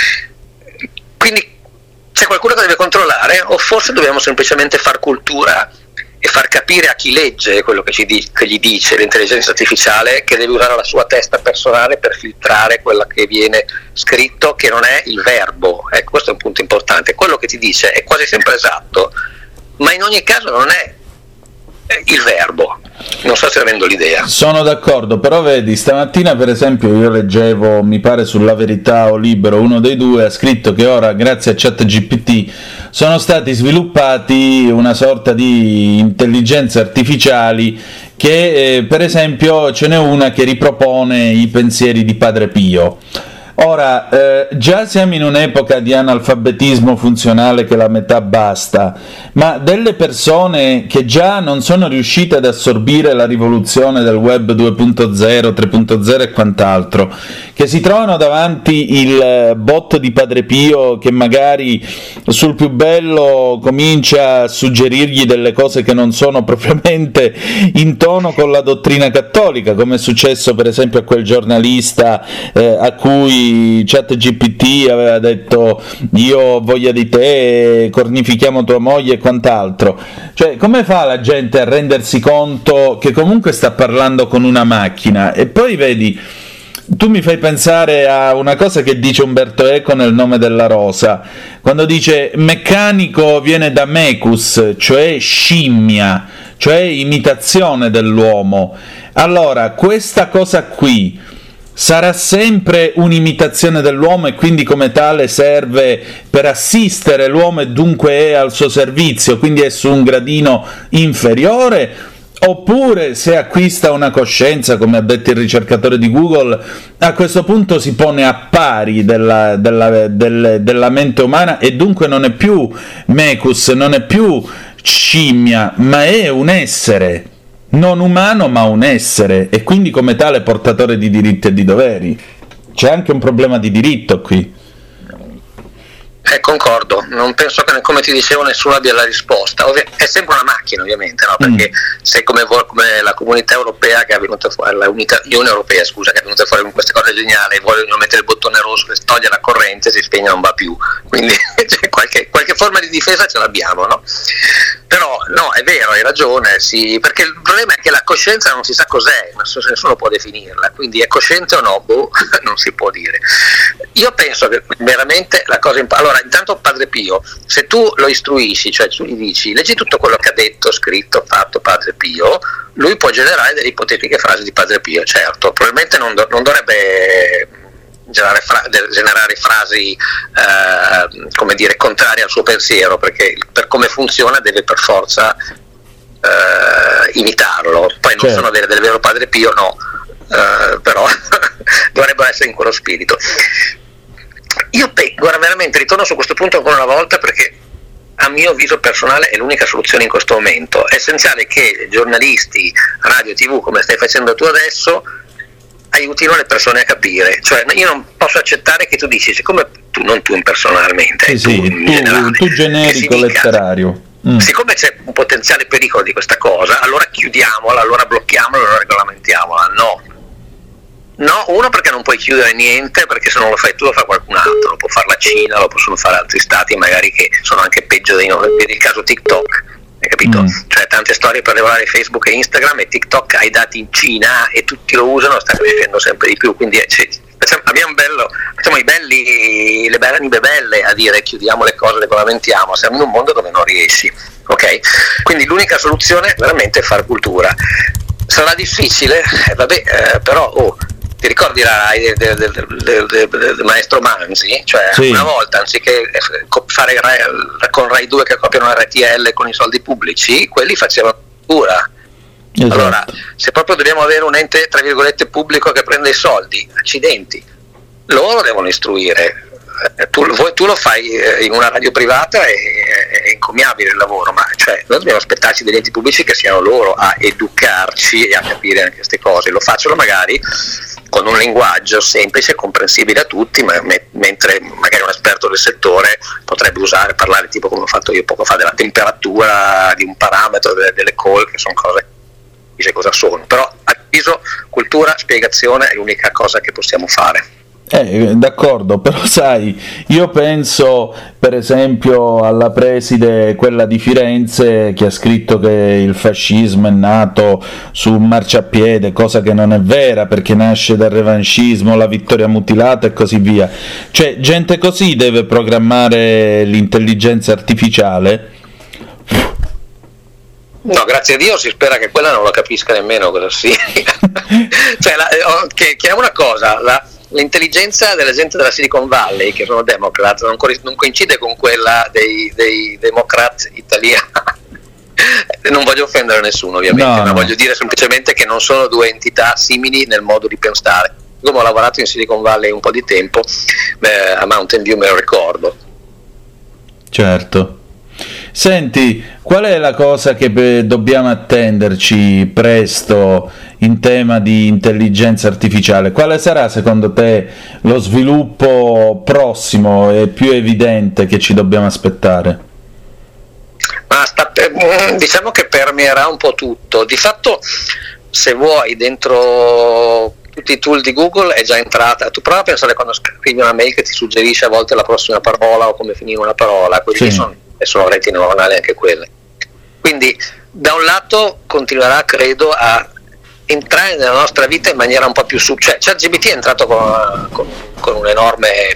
Quindi c'è qualcuno che deve controllare, o forse dobbiamo semplicemente far cultura e far capire a chi legge quello che gli dice l'intelligenza artificiale, che deve usare la sua testa personale per filtrare quello che viene scritto, che non è il verbo. Ecco, questo è un punto importante. Quello che ti dice è quasi sempre esatto, ma in ogni caso non è il verbo. Non so se rendo l'idea. Sono d'accordo, però vedi, stamattina per esempio io leggevo, mi pare sulla Verità o Libero, uno dei due ha scritto che ora grazie a ChatGPT sono stati sviluppati una sorta di intelligenze artificiali che per esempio ce n'è una che ripropone i pensieri di Padre Pio. Ora, già siamo in un'epoca di analfabetismo funzionale che la metà basta, ma delle persone che già non sono riuscite ad assorbire la rivoluzione del web 2.0, 3.0 e quant'altro, che si trovano davanti il bot di Padre Pio che magari sul più bello comincia a suggerirgli delle cose che non sono propriamente in tono con la dottrina cattolica, come è successo per esempio a quel giornalista a cui ChatGPT aveva detto io ho voglia di te, cornifichiamo tua moglie e quant'altro. Cioè, come fa la gente a rendersi conto che comunque sta parlando con una macchina? E poi vedi, tu mi fai pensare a una cosa che dice Umberto Eco nel Nome della Rosa, quando dice meccanico viene da mecus, cioè scimmia, cioè imitazione dell'uomo. Allora, questa cosa qui sarà sempre un'imitazione dell'uomo e quindi come tale serve per assistere l'uomo e dunque è al suo servizio, quindi è su un gradino inferiore, Oppure se acquista una coscienza, come ha detto il ricercatore di Google, a questo punto si pone a pari della mente umana e dunque non è più mecus, non è più scimmia, ma è un essere non umano, ma un essere, e quindi come tale portatore di diritti e di doveri. C'è anche un problema di diritto qui. Concordo, non penso che, come ti dicevo, nessuno abbia la risposta. È sempre una macchina, ovviamente, no? Perché se come la comunità europea che è venuta fuori, l'Unione Europea, scusa, che è venuta fuori con queste cose geniali, e vogliono mettere il bottone rosso che toglie la corrente, si spegne, non va più. Quindi cioè, qualche forma di difesa ce l'abbiamo, no? Però no, è vero, hai ragione, sì, perché il problema è che la coscienza non si sa cos'è, nessuno può definirla, quindi è cosciente o no? Boh, non si può dire. Io penso che veramente la cosa allora, intanto Padre Pio, se tu lo istruisci, cioè tu gli dici leggi tutto quello che ha detto, scritto, fatto Padre Pio, lui può generare delle ipotetiche frasi di Padre Pio, certo, probabilmente non dovrebbe generare frasi come dire, contrarie al suo pensiero, perché per come funziona deve per forza imitarlo. Poi non sono del vero Padre Pio, no, però dovrebbero essere in quello spirito. Io guarda, veramente ritorno su questo punto ancora una volta, perché a mio avviso personale è l'unica soluzione in questo momento. È essenziale che giornalisti, radio, TV, come stai facendo tu adesso, aiutino le persone a capire. Cioè io non posso accettare che tu dici, siccome non tu personalmente, tu generico letterario, siccome c'è un potenziale pericolo di questa cosa, allora chiudiamola, allora blocchiamola, allora regolamentiamola. No, uno, perché non puoi chiudere niente, perché se non lo fai tu lo fa qualcun altro, lo può fare la Cina, lo possono fare altri stati magari che sono anche peggio dei nostri. Vedi il caso TikTok, hai capito? Cioè tante storie per regolare Facebook e Instagram, e TikTok ha i dati in Cina e tutti lo usano, sta crescendo sempre di più, quindi facciamo le belli belle a dire chiudiamo le cose, regolamentiamo. Siamo in un mondo dove non riesci, ok? Quindi l'unica soluzione veramente è fare cultura. Sarà difficile, però ti ricordi del maestro Manzi? Cioè una volta, anziché fare con Rai 2 che copiano RTL con i soldi pubblici, quelli facevano cultura. Esatto. Allora, se proprio dobbiamo avere un ente tra virgolette pubblico che prende i soldi, accidenti, loro devono istruire. Tu lo fai in una radio privata, è incommiabile il lavoro, ma cioè, noi dobbiamo aspettarci degli enti pubblici che siano loro a educarci e a capire anche queste cose. Lo facciano magari con un linguaggio semplice e comprensibile a tutti, mentre magari un esperto del settore potrebbe parlare tipo come ho fatto io poco fa, della temperatura di un parametro delle call, che sono cose che dice cosa sono. Però a avviso, cultura, spiegazione è l'unica cosa che possiamo fare. D'accordo, però sai, io penso per esempio alla preside, quella di Firenze, che ha scritto che il fascismo è nato su un marciapiede, cosa che non è vera, perché nasce dal revanchismo, la vittoria mutilata e così via. Cioè, gente così deve programmare l'intelligenza artificiale? No, grazie a Dio si spera che quella non lo capisca nemmeno cosa sia. Cioè, che è una cosa, l'intelligenza della gente della Silicon Valley, che sono Democrat, non coincide con quella dei Democrat italiani. Non voglio offendere nessuno, ovviamente, ma voglio dire semplicemente che non sono due entità simili nel modo di pensare. Come ho lavorato in Silicon Valley un po' di tempo, a Mountain View me lo ricordo. Certo. Senti, qual è la cosa che dobbiamo attenderci presto in tema di intelligenza artificiale? Quale sarà secondo te lo sviluppo prossimo e più evidente che ci dobbiamo aspettare? Diciamo che permeerà un po' tutto. Di fatto, se vuoi, dentro tutti i tool di Google è già entrata. Tu prova a pensare quando scrivi una mail che ti suggerisce a volte la prossima parola o come finire una parola, quelli sono reti neuronali anche quelle. Quindi da un lato continuerà, credo, a entrare nella nostra vita in maniera un po' più cioè ChatGPT è entrato con un enorme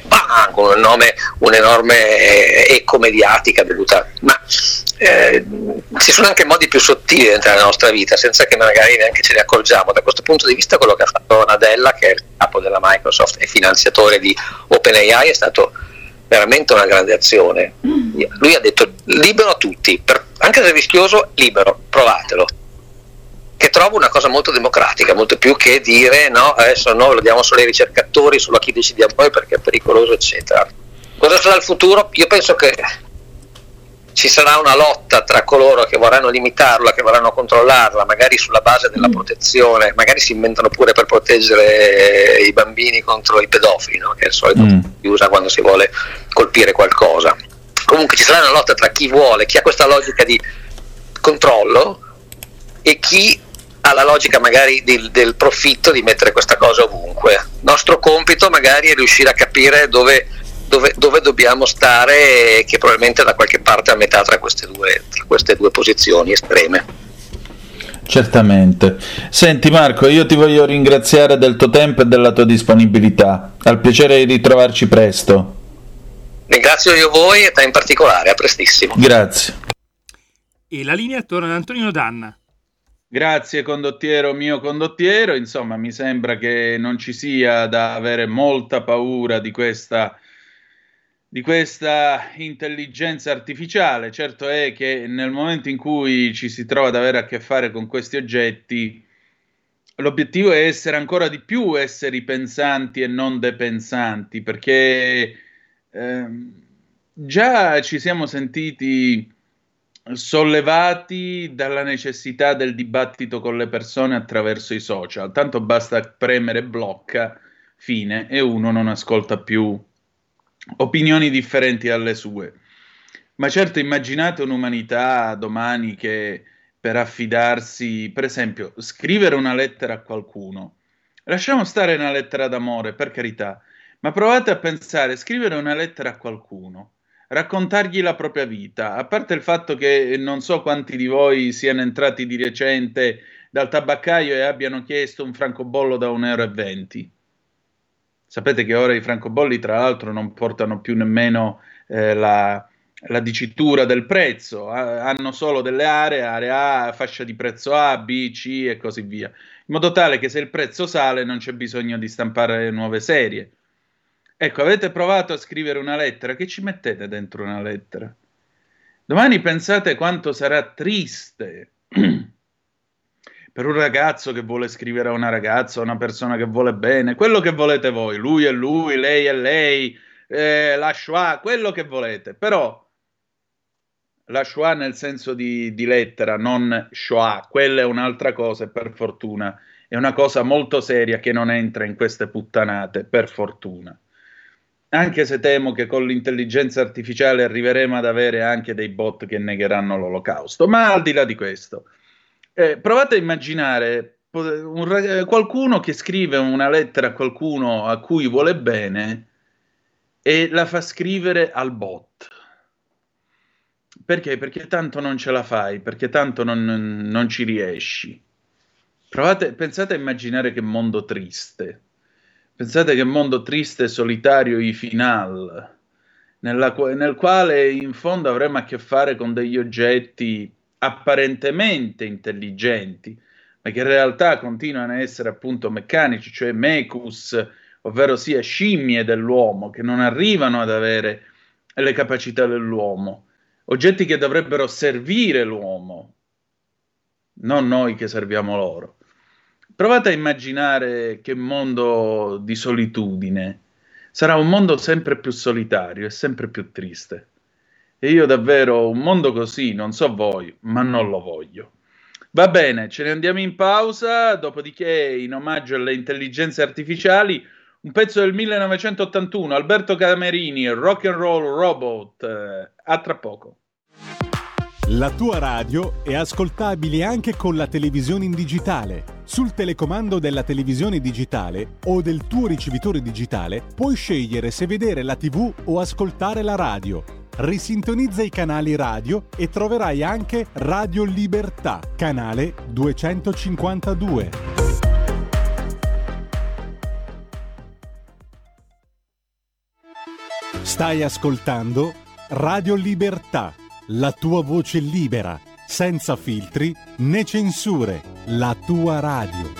un'enorme eco mediatica bevuta, ma ci sono anche modi più sottili di entrare nella nostra vita senza che magari neanche ce ne accorgiamo. Da questo punto di vista quello che ha fatto Nadella, che è il capo della Microsoft e finanziatore di OpenAI, è stato veramente una grande azione. Lui ha detto libero a tutti, anche se è rischioso, libero, provatelo. che trovo una cosa molto democratica, molto più che dire no, adesso no, lo diamo solo ai ricercatori, solo a chi decidiamo poi perché è pericoloso, eccetera. Cosa sarà il futuro? Io penso che ci sarà una lotta tra coloro che vorranno limitarla, che vorranno controllarla, magari sulla base della protezione, magari si inventano pure per proteggere i bambini contro i pedofili, no? Che è il solito che si usa quando si vuole colpire qualcosa. Comunque ci sarà una lotta tra chi vuole, chi ha questa logica di controllo e chi ha la logica magari del profitto di mettere questa cosa ovunque. Nostro compito magari è riuscire a capire dove dobbiamo stare, che probabilmente è da qualche parte a metà tra queste due posizioni estreme. Certamente. Senti Marco, io ti voglio ringraziare del tuo tempo e della tua disponibilità. Al piacere di ritrovarci presto. Ringrazio io voi e te in particolare, a prestissimo. Grazie. E la linea torna ad Antonino Danna. Grazie condottiero, mio condottiero. Insomma, mi sembra che non ci sia da avere molta paura di questa intelligenza artificiale. Certo è che nel momento in cui ci si trova ad avere a che fare con questi oggetti, l'obiettivo è essere ancora di più esseri pensanti e non depensanti, perché già ci siamo sentiti sollevati dalla necessità del dibattito con le persone attraverso i social. Tanto basta premere blocca, fine, e uno non ascolta più opinioni differenti dalle sue. Ma certo, immaginate un'umanità domani che per affidarsi, per esempio, scrivere una lettera a qualcuno, lasciamo stare una lettera d'amore, per carità, ma provate a pensare, scrivere una lettera a qualcuno, raccontargli la propria vita, a parte il fatto che non so quanti di voi siano entrati di recente dal tabaccaio e abbiano chiesto un francobollo da 1,20 €. Sapete che ora i francobolli, tra l'altro, non portano più nemmeno la dicitura del prezzo, hanno solo delle aree A, fascia di prezzo A, B, C e così via, in modo tale che se il prezzo sale non c'è bisogno di stampare nuove serie. Ecco, avete provato a scrivere una lettera? Che ci mettete dentro una lettera? Domani pensate quanto sarà triste per un ragazzo che vuole scrivere a una ragazza, a una persona che vuole bene, quello che volete voi, lui è lui, lei è lei, la Shoah, quello che volete, però la Shoah nel senso di lettera, non Shoah, quella è un'altra cosa e per fortuna è una cosa molto seria che non entra in queste puttanate, per fortuna. Anche se temo che con l'intelligenza artificiale arriveremo ad avere anche dei bot che negheranno l'olocausto, ma al di là di questo, provate a immaginare qualcuno che scrive una lettera a qualcuno a cui vuole bene e la fa scrivere al bot. Perché? Perché tanto non ce la fai, perché tanto non ci riesci. Pensate a immaginare che mondo triste. Pensate che mondo triste, solitario e final, nel quale in fondo avremo a che fare con degli oggetti apparentemente intelligenti, ma che in realtà continuano a essere appunto meccanici, cioè mecus, ovvero sia scimmie dell'uomo, che non arrivano ad avere le capacità dell'uomo, oggetti che dovrebbero servire l'uomo, non noi che serviamo loro. Provate a immaginare che mondo di solitudine. Sarà un mondo sempre più solitario e sempre più triste. E io davvero un mondo così, non so voi, ma non lo voglio. Va bene, ce ne andiamo in pausa, dopodiché in omaggio alle intelligenze artificiali, un pezzo del 1981, Alberto Camerini, Rock and Roll Robot. A tra poco. La tua radio è ascoltabile anche con la televisione in digitale. Sul telecomando della televisione digitale o del tuo ricevitore digitale puoi scegliere se vedere la TV o ascoltare la radio. Risintonizza i canali radio e troverai anche Radio Libertà, canale 252. Stai ascoltando Radio Libertà, la tua voce libera, senza filtri né censure, la tua radio.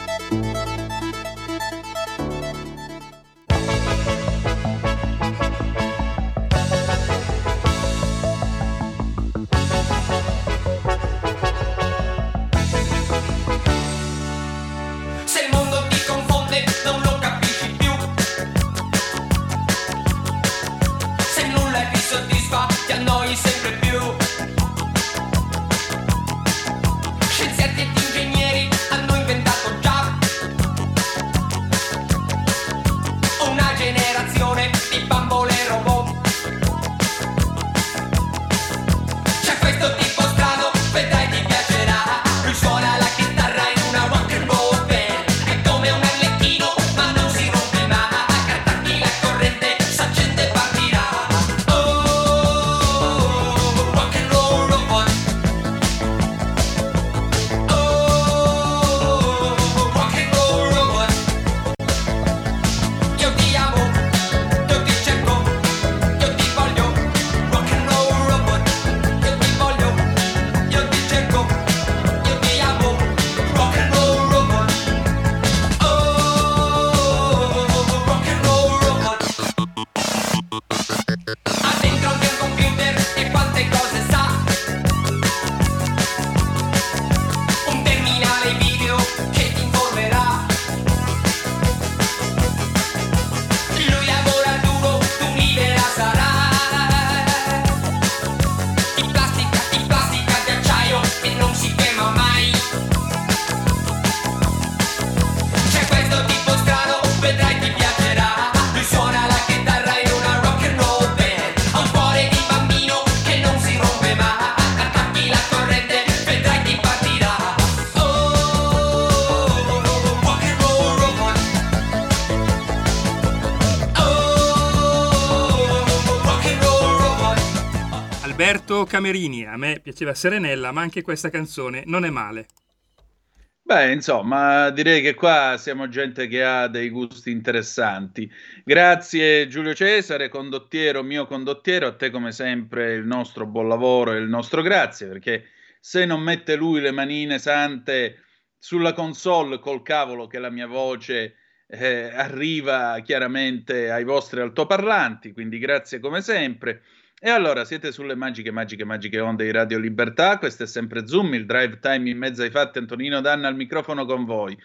Alberto Camerini, a me piaceva Serenella, ma anche questa canzone non è male. Beh, insomma, direi che qua siamo gente che ha dei gusti interessanti. Grazie Giulio Cesare, condottiero, mio condottiero, a te come sempre il nostro buon lavoro e il nostro grazie, perché se non mette lui le manine sante sulla console col cavolo che la mia voce arriva chiaramente ai vostri altoparlanti, quindi grazie come sempre. E allora siete sulle magiche onde di Radio Libertà, questo è sempre Zoom, il drive time in mezzo ai fatti, Antonino Danna al microfono con voi.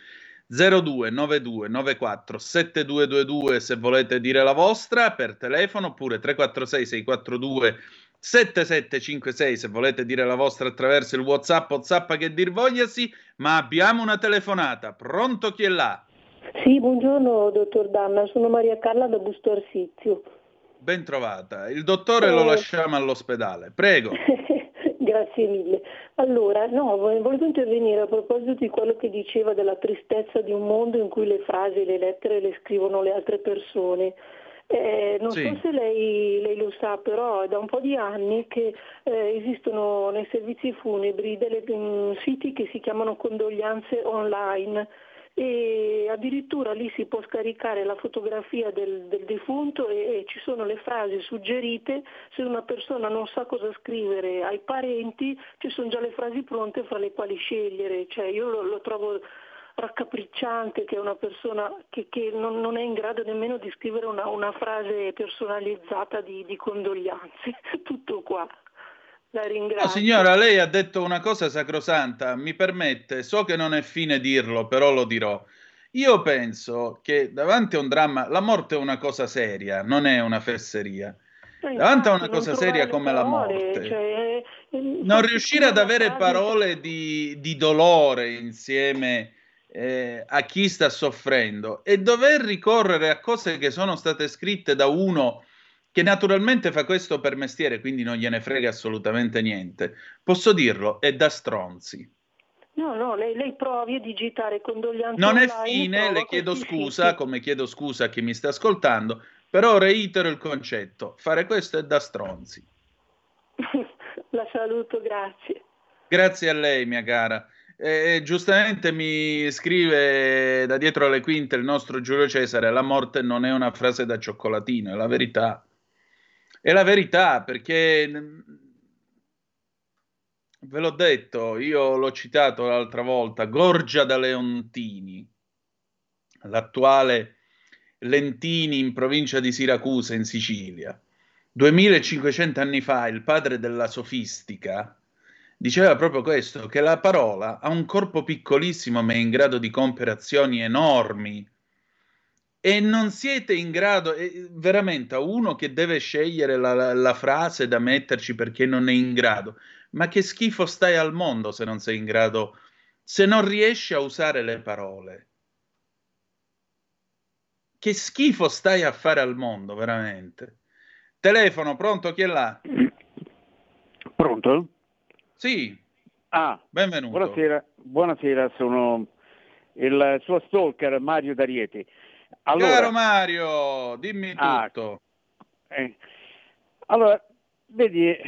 029294 7222 se volete dire la vostra per telefono, oppure 346 642 7756 se volete dire la vostra attraverso il WhatsApp che dir vogliasi, ma abbiamo una telefonata. Pronto, chi è là? Sì, buongiorno dottor Danna, sono Maria Carla da Busto Arsizio. Ben trovata. Il dottore lo lasciamo all'ospedale. Prego. Grazie mille. Allora, no, volevo intervenire a proposito di quello che diceva della tristezza di un mondo in cui le frasi e le lettere le scrivono le altre persone. Non Sì. so se lei lo sa, però è da un po' di anni che esistono nei servizi funebri dei siti che si chiamano condoglianze online, e addirittura lì si può scaricare la fotografia del defunto e ci sono le frasi suggerite. Se una persona non sa cosa scrivere ai parenti, ci sono già le frasi pronte fra le quali scegliere. Cioè, io lo trovo raccapricciante che una persona che non è in grado nemmeno di scrivere una frase personalizzata di condoglianze. Tutto qua. La ringrazio. No, signora, lei ha detto una cosa sacrosanta, mi permette, so che non è fine dirlo, però lo dirò. Io penso che davanti a un dramma, la morte è una cosa seria, non è una fesseria. Davanti a una cosa seria come la morte, cioè, non riuscire ad avere parole di dolore insieme a chi sta soffrendo e dover ricorrere a cose che sono state scritte da uno che naturalmente fa questo per mestiere, quindi non gliene frega assolutamente niente. Posso dirlo, è da stronzi. No, lei provi a digitare condoglianze Non è online, fine, le chiedo questi scusa, siti. come chiedo scusa a chi mi sta ascoltando, però reitero il concetto, fare questo è da stronzi. La saluto, grazie. Grazie a lei, mia cara. Giustamente mi scrive da dietro le quinte il nostro Giulio Cesare, la morte non è una frase da cioccolatino, è la verità. È la verità, perché ve l'ho detto, io l'ho citato l'altra volta, Gorgia da Leontini, l'attuale Lentini in provincia di Siracusa in Sicilia. 2500 anni fa il padre della sofistica diceva proprio questo, che la parola ha un corpo piccolissimo ma è in grado di compiere azioni enormi. E non siete in grado, veramente a uno che deve scegliere la frase da metterci perché non è in grado, ma che schifo stai al mondo se non sei in grado, se non riesci a usare le parole. Che schifo stai a fare al mondo, veramente. Telefono, pronto, chi è là? Pronto? Sì. Benvenuto. Buonasera, sono il suo stalker Mario D'Arieti. Allora, caro Mario, dimmi tutto. Allora, vedi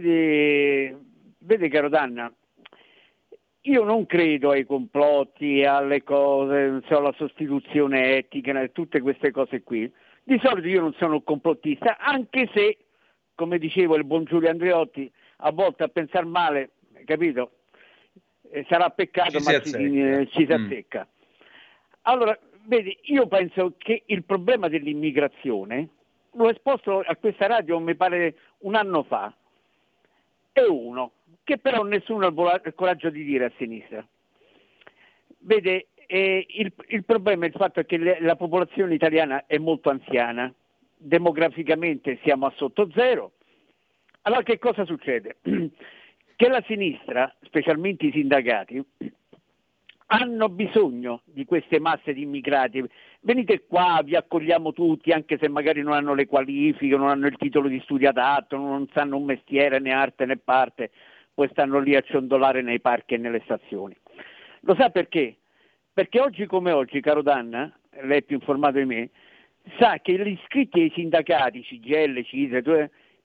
caro Danna, io non credo ai complotti, alle cose, non so, alla sostituzione etica, tutte queste cose qui. Di solito io non sono un complottista, anche se, come dicevo il buon Giulio Andreotti, a volte a pensare male, capito? Sarà peccato, ma ci si azzecca. Allora, vedi, io penso che il problema dell'immigrazione, l'ho esposto a questa radio, mi pare un anno fa, è uno che però nessuno ha il coraggio di dire a sinistra. Vede, il problema è il fatto che la popolazione italiana è molto anziana, demograficamente siamo a sotto zero. Allora che cosa succede? Che la sinistra, specialmente i sindacati, hanno bisogno di queste masse di immigrati. Venite qua, vi accogliamo tutti, anche se magari non hanno le qualifiche, non hanno il titolo di studio adatto, non sanno un mestiere né arte né parte, poi stanno lì a ciondolare nei parchi e nelle stazioni. Lo sa perché? Perché oggi come oggi, caro Danna, lei è più informato di me, sa che gli iscritti ai sindacati, CGIL, CISE,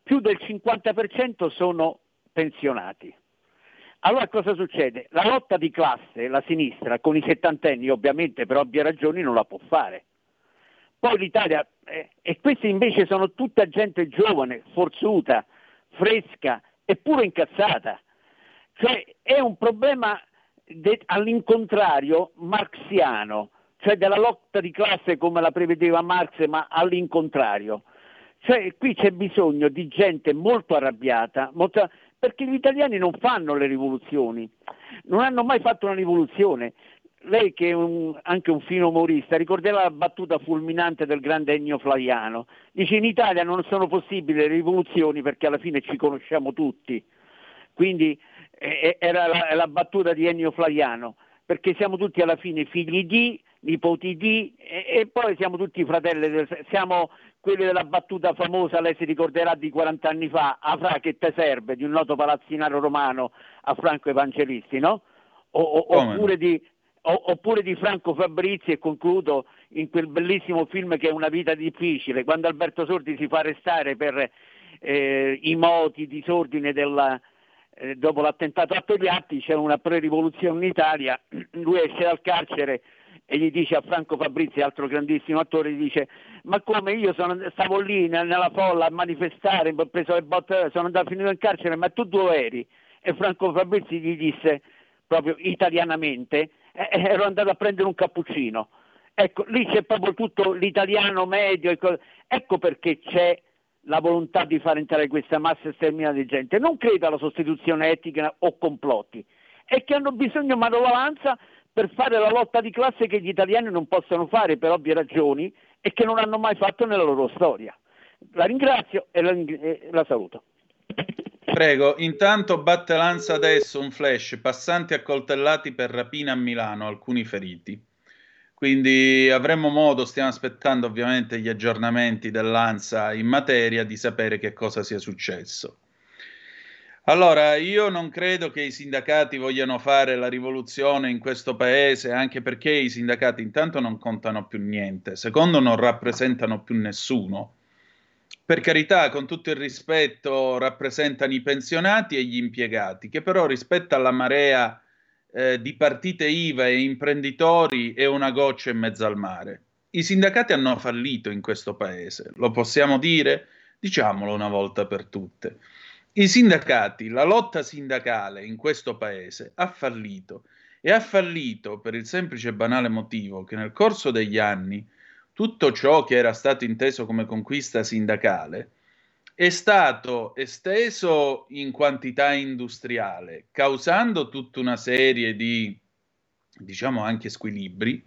più del 50% sono pensionati. Allora cosa succede? La lotta di classe, la sinistra, con i settantenni ovviamente per ovvie ragioni non la può fare. Poi l'Italia, e questi invece sono tutta gente giovane, forzuta, fresca, eppure incazzata. Cioè è un problema all'incontrario marxiano, cioè della lotta di classe come la prevedeva Marx, ma all'incontrario. Cioè qui c'è bisogno di gente molto arrabbiata, perché gli italiani non fanno le rivoluzioni, non hanno mai fatto una rivoluzione. Lei che è anche un fino umorista ricorderà la battuta fulminante del grande Ennio Flaiano, dice: in Italia non sono possibili le rivoluzioni perché alla fine ci conosciamo tutti. Quindi era la battuta di Ennio Flaiano, perché siamo tutti alla fine figli di, nipoti di, e poi siamo tutti fratelli, siamo quelli della battuta famosa, lei si ricorderà, di 40 anni fa, Afra che te serve, di un noto palazzinaro romano a Franco Evangelisti, no? Oppure di Franco Fabrizi, e concludo, in quel bellissimo film che è Una vita difficile, quando Alberto Sordi si fa arrestare per i moti di disordine dopo l'attentato a Togliatti, c'è una pre-rivoluzione in Italia, lui esce dal carcere e gli dice a Franco Fabrizi, altro grandissimo attore, gli dice: ma come, io stavo lì nella folla a manifestare, ho preso le botte, sono andato finito in carcere, ma tu dove eri? E Franco Fabrizi gli disse, proprio italianamente, ero andato a prendere un cappuccino. Ecco, lì c'è proprio tutto l'italiano medio, ecco perché c'è la volontà di far entrare questa massa sterminata di gente. Non credo alla sostituzione etnica o complotti, è che hanno bisogno di manovalanza per fare la lotta di classe che gli italiani non possono fare per ovvie ragioni e che non hanno mai fatto nella loro storia. La ringrazio e la saluto. Prego, intanto batte lanza adesso un flash: passanti accoltellati per rapina a Milano, alcuni feriti. Quindi avremo modo, stiamo aspettando ovviamente gli aggiornamenti dell'ANSA in materia, di sapere che cosa sia successo. Allora, io non credo che i sindacati vogliano fare la rivoluzione in questo paese, anche perché i sindacati intanto non contano più niente, secondo non rappresentano più nessuno. Per carità, con tutto il rispetto, rappresentano i pensionati e gli impiegati, che però rispetto alla marea di partite IVA e imprenditori è una goccia in mezzo al mare. I sindacati hanno fallito in questo paese, lo possiamo dire? Diciamolo una volta per tutte. I sindacati, la lotta sindacale in questo paese ha fallito, e ha fallito per il semplice e banale motivo che nel corso degli anni tutto ciò che era stato inteso come conquista sindacale è stato esteso in quantità industriale, causando tutta una serie di, diciamo, anche squilibri,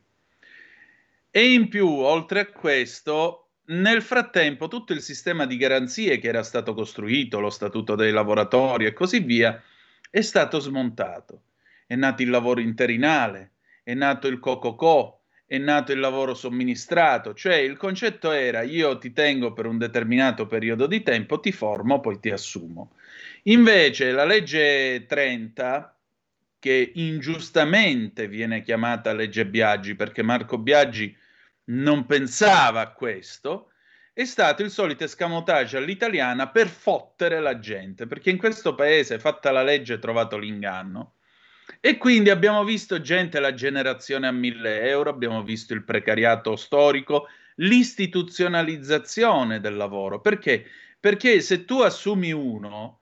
e in più, oltre a questo, nel frattempo tutto il sistema di garanzie che era stato costruito, lo statuto dei lavoratori e così via, è stato smontato. È nato il lavoro interinale, è nato il co-co-co, è nato il lavoro somministrato, cioè il concetto era: io ti tengo per un determinato periodo di tempo, ti formo, poi ti assumo. Invece la legge 30, che ingiustamente viene chiamata legge Biagi perché Marco Biagi non pensava a questo, è stato il solito escamotage all'italiana per fottere la gente, perché in questo paese, fatta la legge, è trovato l'inganno. E quindi abbiamo visto gente, la generazione a 1.000 euro, abbiamo visto il precariato storico, l'istituzionalizzazione del lavoro. Perché? Perché se tu assumi uno,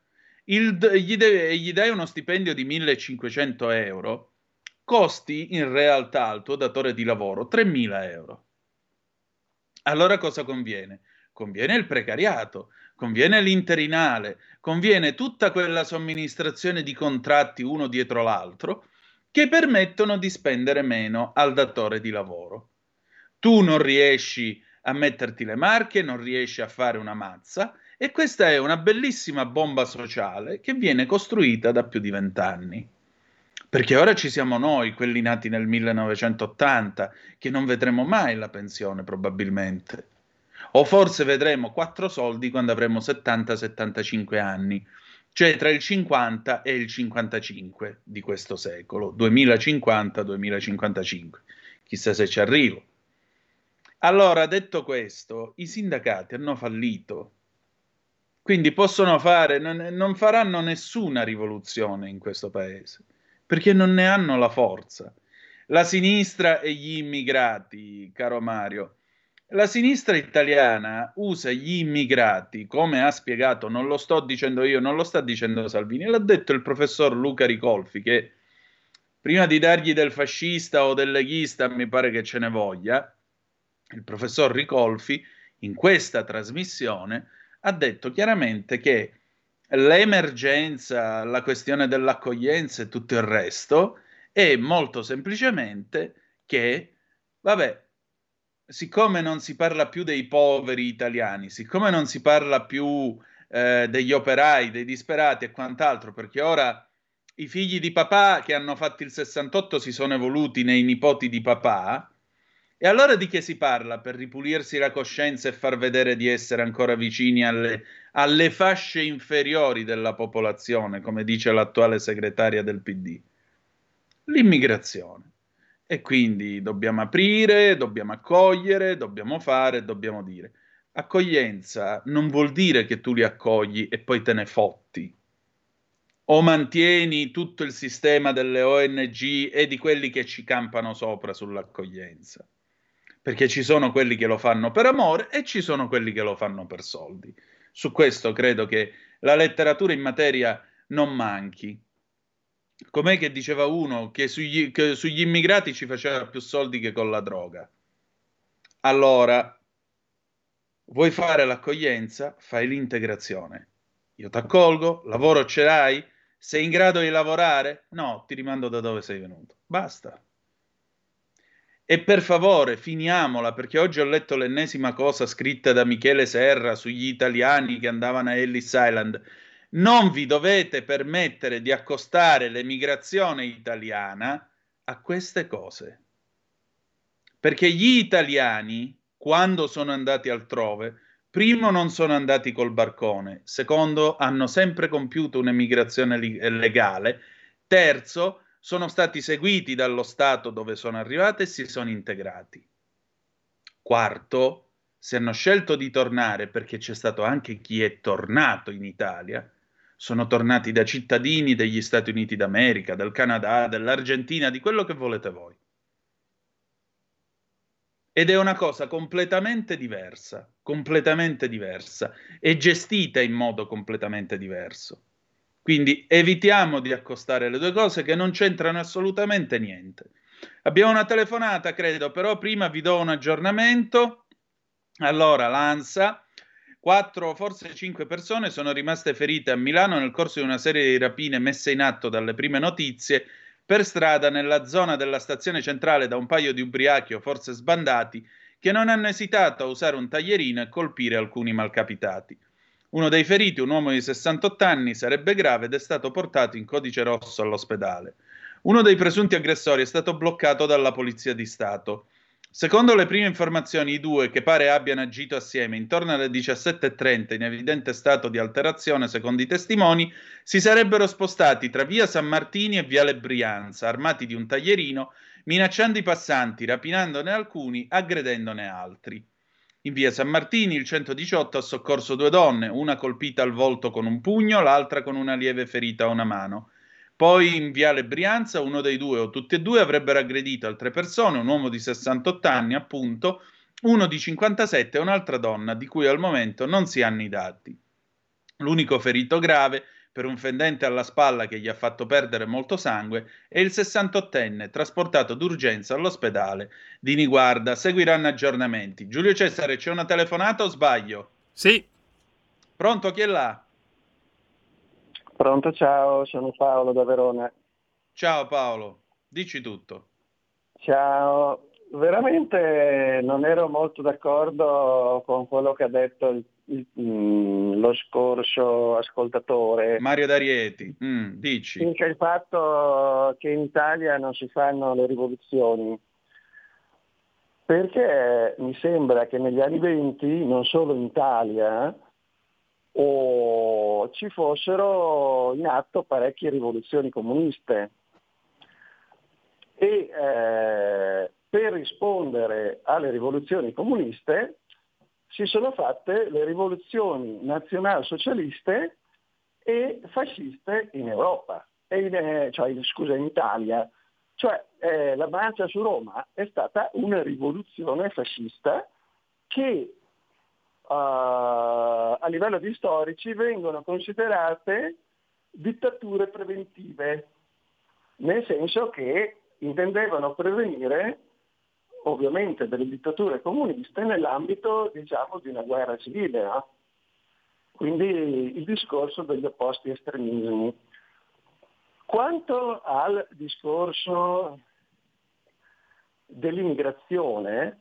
gli dai uno stipendio di 1.500 euro, costi in realtà al tuo datore di lavoro 3.000 euro. Allora cosa conviene? Conviene il precariato, conviene l'interinale, conviene tutta quella somministrazione di contratti uno dietro l'altro che permettono di spendere meno al datore di lavoro. Tu non riesci a metterti le marche, non riesci a fare una mazza, e questa è una bellissima bomba sociale che viene costruita da più di 20 anni. Perché ora ci siamo noi, quelli nati nel 1980, che non vedremo mai la pensione probabilmente. O forse vedremo 4 soldi quando avremo 70-75 anni, cioè tra il 50 e il 55 di questo secolo, 2050-2055. Chissà se ci arrivo. Allora, detto questo, i sindacati hanno fallito. Quindi possono fare, non faranno nessuna rivoluzione in questo paese, perché non ne hanno la forza. La sinistra e gli immigrati, caro Mario. La sinistra italiana usa gli immigrati, come ha spiegato, non lo sto dicendo io, non lo sta dicendo Salvini, l'ha detto il professor Luca Ricolfi, che prima di dargli del fascista o del leghista, mi pare che ce ne voglia, il professor Ricolfi in questa trasmissione ha detto chiaramente che l'emergenza, la questione dell'accoglienza e tutto il resto è molto semplicemente che, vabbè, siccome non si parla più dei poveri italiani, siccome non si parla più degli operai, dei disperati e quant'altro, perché ora i figli di papà che hanno fatto il 68 si sono evoluti nei nipoti di papà, e allora di che si parla per ripulirsi la coscienza e far vedere di essere ancora vicini alle fasce inferiori della popolazione, come dice l'attuale segretaria del PD? L'immigrazione. E quindi dobbiamo aprire, dobbiamo accogliere, dobbiamo fare, dobbiamo dire. Accoglienza non vuol dire che tu li accogli e poi te ne fotti. O mantieni tutto il sistema delle ONG e di quelli che ci campano sopra sull'accoglienza. Perché ci sono quelli che lo fanno per amore e ci sono quelli che lo fanno per soldi. Su questo credo che la letteratura in materia non manchi. Com'è che diceva uno che sugli immigrati ci faceva più soldi che con la droga? Allora, vuoi fare l'accoglienza? Fai l'integrazione. Io ti accolgo, lavoro ce l'hai? Sei in grado di lavorare? No, ti rimando da dove sei venuto. Basta. E per favore, finiamola, perché oggi ho letto l'ennesima cosa scritta da Michele Serra sugli italiani che andavano a Ellis Island. Non vi dovete permettere di accostare l'emigrazione italiana a queste cose. Perché gli italiani, quando sono andati altrove, primo non sono andati col barcone, secondo hanno sempre compiuto un'emigrazione legale, terzo sono stati seguiti dallo Stato dove sono arrivati e si sono integrati. Quarto, se hanno scelto di tornare, perché c'è stato anche chi è tornato in Italia, sono tornati da cittadini degli Stati Uniti d'America, del Canada, dell'Argentina, di quello che volete voi. Ed è una cosa completamente diversa e gestita in modo completamente diverso. Quindi evitiamo di accostare le due cose che non c'entrano assolutamente niente. Abbiamo una telefonata, credo, però prima vi do un aggiornamento. Allora, l'ANSA, 4, forse 5 persone sono rimaste ferite a Milano nel corso di una serie di rapine messe in atto dalle prime notizie per strada nella zona della stazione centrale da un paio di ubriachi o forse sbandati che non hanno esitato a usare un taglierino e colpire alcuni malcapitati. Uno dei feriti, un uomo di 68 anni, sarebbe grave ed è stato portato in codice rosso all'ospedale. Uno dei presunti aggressori è stato bloccato dalla Polizia di Stato. Secondo le prime informazioni, i due, che pare abbiano agito assieme intorno alle 17:30 in evidente stato di alterazione, secondo i testimoni, si sarebbero spostati tra via San Martini e viale Brianza, armati di un taglierino, minacciando i passanti, rapinandone alcuni, aggredendone altri. In via San Martini il 118 ha soccorso due donne, una colpita al volto con un pugno, l'altra con una lieve ferita a una mano. Poi in viale Brianza uno dei due o tutti e due avrebbero aggredito altre persone, un uomo di 68 anni appunto, uno di 57 e un'altra donna di cui al momento non si hanno i dati. L'unico ferito grave per un fendente alla spalla che gli ha fatto perdere molto sangue è il 68enne trasportato d'urgenza all'ospedale di Niguarda. Seguiranno aggiornamenti. Giulio Cesare, c'è una telefonata o sbaglio? Sì. Pronto, chi è là? Pronto, ciao, sono Paolo da Verona. Ciao Paolo, dici tutto. Ciao, veramente non ero molto d'accordo con quello che ha detto lo scorso ascoltatore. Mario D'Arieti, dici. Circa il fatto che in Italia non si fanno le rivoluzioni. Perché mi sembra che negli anni 20, non solo in Italia, ci fossero in atto parecchie rivoluzioni comuniste e per rispondere alle rivoluzioni comuniste si sono fatte le rivoluzioni nazionalsocialiste e fasciste in Europa, in Italia. Cioè la marcia su Roma è stata una rivoluzione fascista che a livello di storici vengono considerate dittature preventive, nel senso che intendevano prevenire ovviamente delle dittature comuniste nell'ambito, diciamo, di una guerra civile, no? Quindi il discorso degli opposti estremismi. Quanto al discorso dell'immigrazione,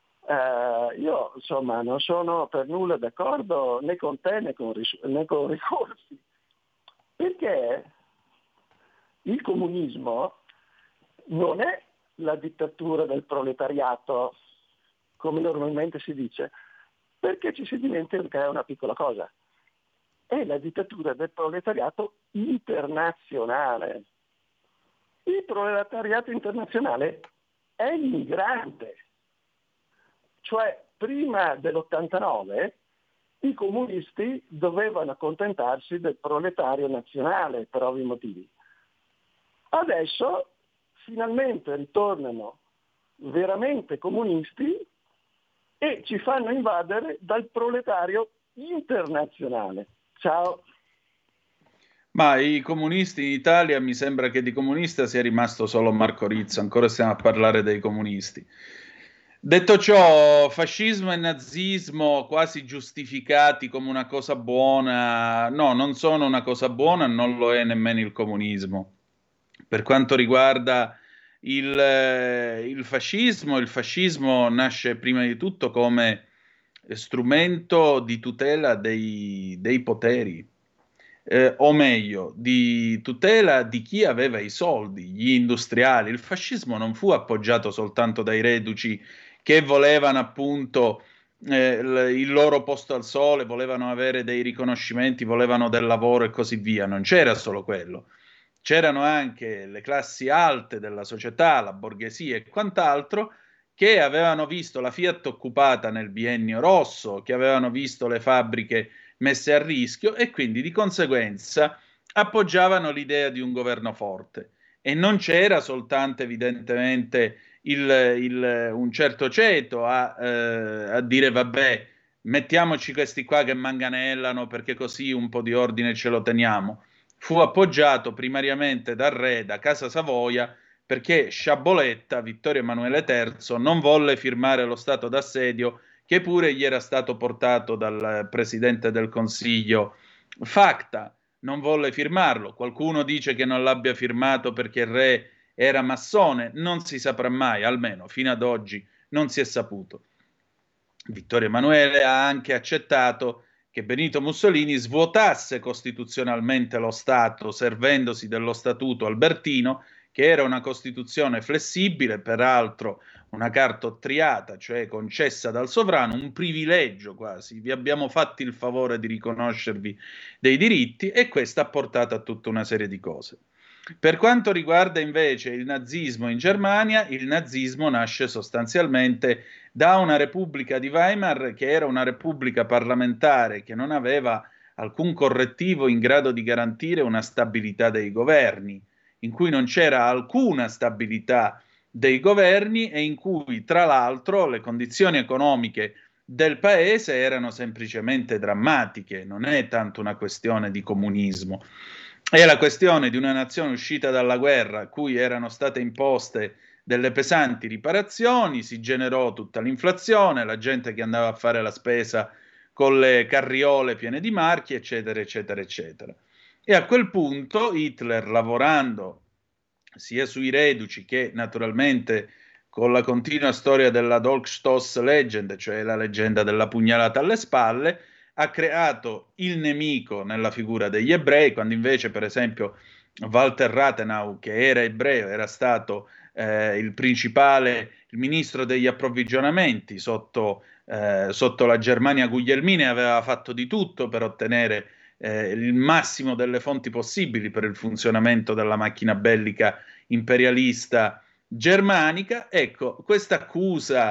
io insomma non sono per nulla d'accordo né con te né con Ricorsi, perché il comunismo non è la dittatura del proletariato, come normalmente si dice, perché ci si dimentica che è una piccola cosa. È la dittatura del proletariato internazionale. Il proletariato internazionale è immigrante. Cioè, prima dell'89 i comunisti dovevano accontentarsi del proletario nazionale per ovvi motivi. Adesso finalmente ritornano veramente comunisti e ci fanno invadere dal proletario internazionale. Ciao. Ma i comunisti in Italia, mi sembra che di comunista sia rimasto solo Marco Rizzo, ancora stiamo a parlare dei comunisti. Detto ciò, fascismo e nazismo quasi giustificati come una cosa buona, no, non sono una cosa buona, non lo è nemmeno il comunismo. Per quanto riguarda il fascismo nasce prima di tutto come strumento di tutela dei poteri, o meglio, di tutela di chi aveva i soldi, gli industriali. Il fascismo non fu appoggiato soltanto dai reduci che volevano appunto il loro posto al sole, volevano avere dei riconoscimenti, volevano del lavoro e così via. Non c'era solo quello. C'erano anche le classi alte della società, la borghesia e quant'altro, che avevano visto la Fiat occupata nel biennio rosso, che avevano visto le fabbriche messe a rischio e quindi di conseguenza appoggiavano l'idea di un governo forte. E non c'era soltanto evidentemente un certo ceto a dire vabbè, mettiamoci questi qua che manganellano perché così un po' di ordine ce lo teniamo. Fu appoggiato primariamente dal re, da Casa Savoia, perché Sciaboletta, Vittorio Emanuele III, non volle firmare lo stato d'assedio che pure gli era stato portato dal presidente del Consiglio Facta, non volle firmarlo. Qualcuno dice che non l'abbia firmato perché il re era massone, non si saprà mai, almeno fino ad oggi non si è saputo. Vittorio Emanuele ha anche accettato che Benito Mussolini svuotasse costituzionalmente lo Stato servendosi dello Statuto Albertino, che era una Costituzione flessibile, peraltro una carta ottriata, cioè concessa dal sovrano, un privilegio quasi. Vi abbiamo fatto il favore di riconoscervi dei diritti e questo ha portato a tutta una serie di cose. Per quanto riguarda invece il nazismo in Germania, il nazismo nasce sostanzialmente da una Repubblica di Weimar che era una repubblica parlamentare che non aveva alcun correttivo in grado di garantire una stabilità dei governi, in cui non c'era alcuna stabilità dei governi e in cui, tra l'altro, le condizioni economiche del paese erano semplicemente drammatiche. Non è tanto una questione di comunismo, è la questione di una nazione uscita dalla guerra a cui erano state imposte delle pesanti riparazioni, si generò tutta l'inflazione, la gente che andava a fare la spesa con le carriole piene di marchi, eccetera, eccetera, eccetera. E a quel punto Hitler, lavorando sia sui reduci che naturalmente con la continua storia della Dolchstoss-Legend, cioè la leggenda della pugnalata alle spalle, ha creato il nemico nella figura degli ebrei, quando invece per esempio Walter Rathenau, che era ebreo, era stato il ministro degli approvvigionamenti sotto la Germania Guglielmina, aveva fatto di tutto per ottenere il massimo delle fonti possibili per il funzionamento della macchina bellica imperialista germanica. Ecco, questa accusa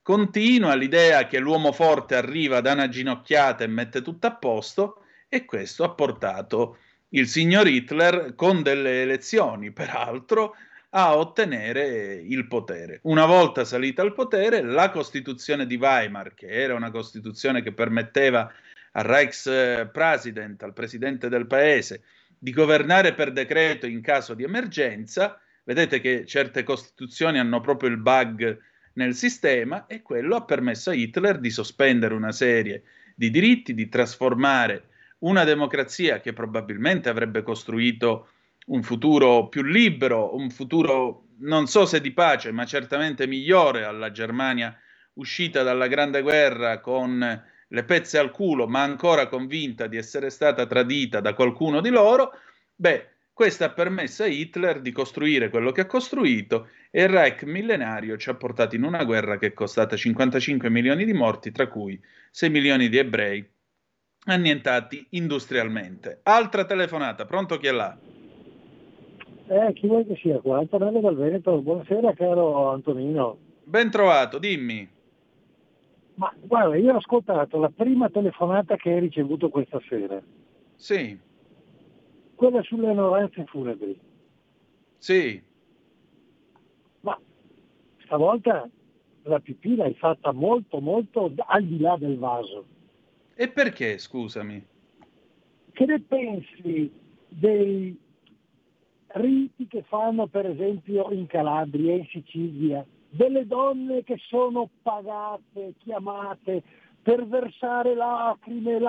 continua, l'idea che l'uomo forte arriva da una ginocchiata e mette tutto a posto, e questo ha portato il signor Hitler, con delle elezioni peraltro, a ottenere il potere. Una volta salita al potere, la Costituzione di Weimar, che era una Costituzione che permetteva al Reichspräsident, al presidente del paese, di governare per decreto in caso di emergenza. Vedete che certe Costituzioni hanno proprio il bug nel sistema, e quello ha permesso a Hitler di sospendere una serie di diritti, di trasformare una democrazia che probabilmente avrebbe costruito un futuro più libero, un futuro non so se di pace, ma certamente migliore alla Germania uscita dalla Grande Guerra con le pezze al culo, ma ancora convinta di essere stata tradita da qualcuno di loro. Questo ha permesso a Hitler di costruire quello che ha costruito, e il Reich millenario ci ha portato in una guerra che è costata 55 milioni di morti, tra cui 6 milioni di ebrei annientati industrialmente. Altra telefonata, pronto, chi è là? Chi vuoi che sia qua? Antonello dal Veneto. Buonasera caro Antonino. Ben trovato, dimmi. Ma guarda, io ho ascoltato la prima telefonata che hai ricevuto questa sera. Sì. Quella sulle onoranze funebri. Sì. Ma stavolta la pipì l'hai fatta molto molto al di là del vaso. E perché, scusami? Che ne pensi dei riti che fanno per esempio in Calabria, in Sicilia, delle donne che sono pagate, chiamate per versare lacrime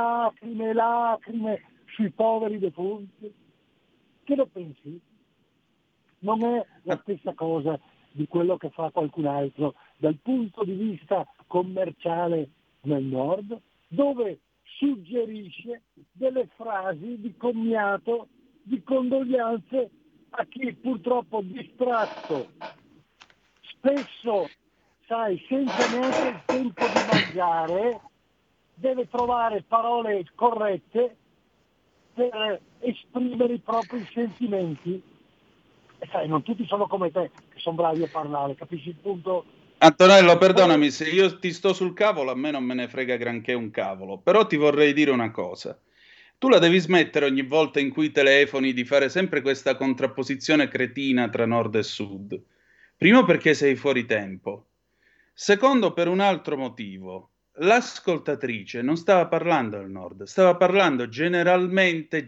sui poveri defunti? Che lo pensi? Non è la stessa cosa di quello che fa qualcun altro dal punto di vista commerciale nel nord, dove suggerisce delle frasi di commiato, di condoglianze a chi purtroppo distratto, spesso, sai, senza neanche il tempo di mangiare, deve trovare parole corrette per esprimere i propri sentimenti. E sai, non tutti sono come te, che sono bravi a parlare, capisci il punto? Antonello, perdonami, se io ti sto sul cavolo, a me non me ne frega granché un cavolo, però ti vorrei dire una cosa. Tu la devi smettere ogni volta in cui telefoni di fare sempre questa contrapposizione cretina tra nord e sud. Primo, perché sei fuori tempo. Secondo, per un altro motivo. L'ascoltatrice non stava parlando del nord, stava parlando genericamente,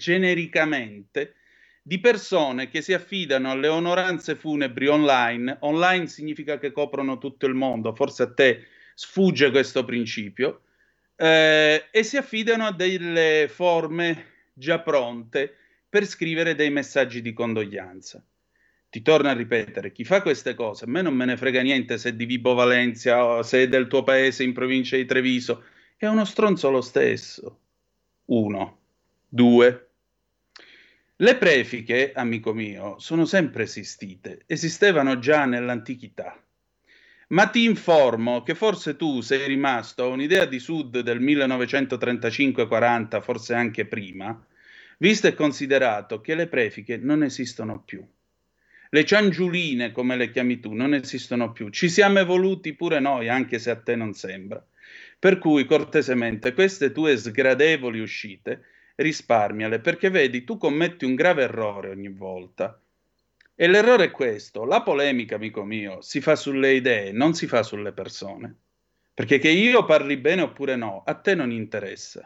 di persone che si affidano alle onoranze funebri online. Online significa che coprono tutto il mondo, forse a te sfugge questo principio, e si affidano a delle forme già pronte per scrivere dei messaggi di condoglianza. Ti torno a ripetere, chi fa queste cose, a me non me ne frega niente se è di Vibo Valencia o se è del tuo paese in provincia di Treviso, è uno stronzo lo stesso. 1. 2. Le prefiche, amico mio, sono sempre esistevano già nell'antichità. Ma ti informo che forse tu sei rimasto a un'idea di Sud del 1935-40, forse anche prima, visto e considerato che le prefiche non esistono più. Le ciangiuline, come le chiami tu, non esistono più. Ci siamo evoluti pure noi, anche se a te non sembra. Per cui, cortesemente, queste tue sgradevoli uscite risparmiale, perché vedi, tu commetti un grave errore ogni volta. E l'errore è questo: la polemica, amico mio, si fa sulle idee, non si fa sulle persone. Perché che io parli bene oppure no, a te non interessa.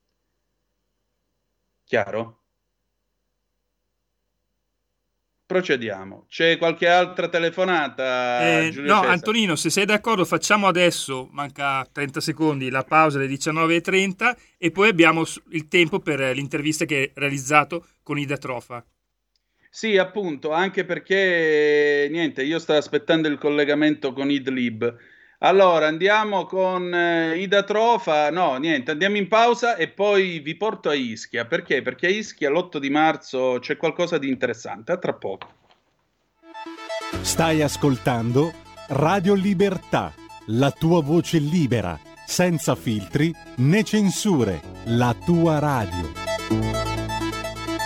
Chiaro? Procediamo. C'è qualche altra telefonata? Giulio no, Cesare? Antonino, se sei d'accordo facciamo adesso, manca 30 secondi, la pausa alle 19:30 e poi abbiamo il tempo per l'intervista che hai realizzato con Ida Trofa. Sì, appunto, anche perché, niente, io sto aspettando il collegamento con Idlib. Allora, andiamo con Ida Trofa. No, niente, andiamo in pausa e poi vi porto a Ischia. Perché? Perché a Ischia l'8 di marzo c'è qualcosa di interessante. A tra poco. Stai ascoltando Radio Libertà, la tua voce libera, senza filtri né censure, la tua radio.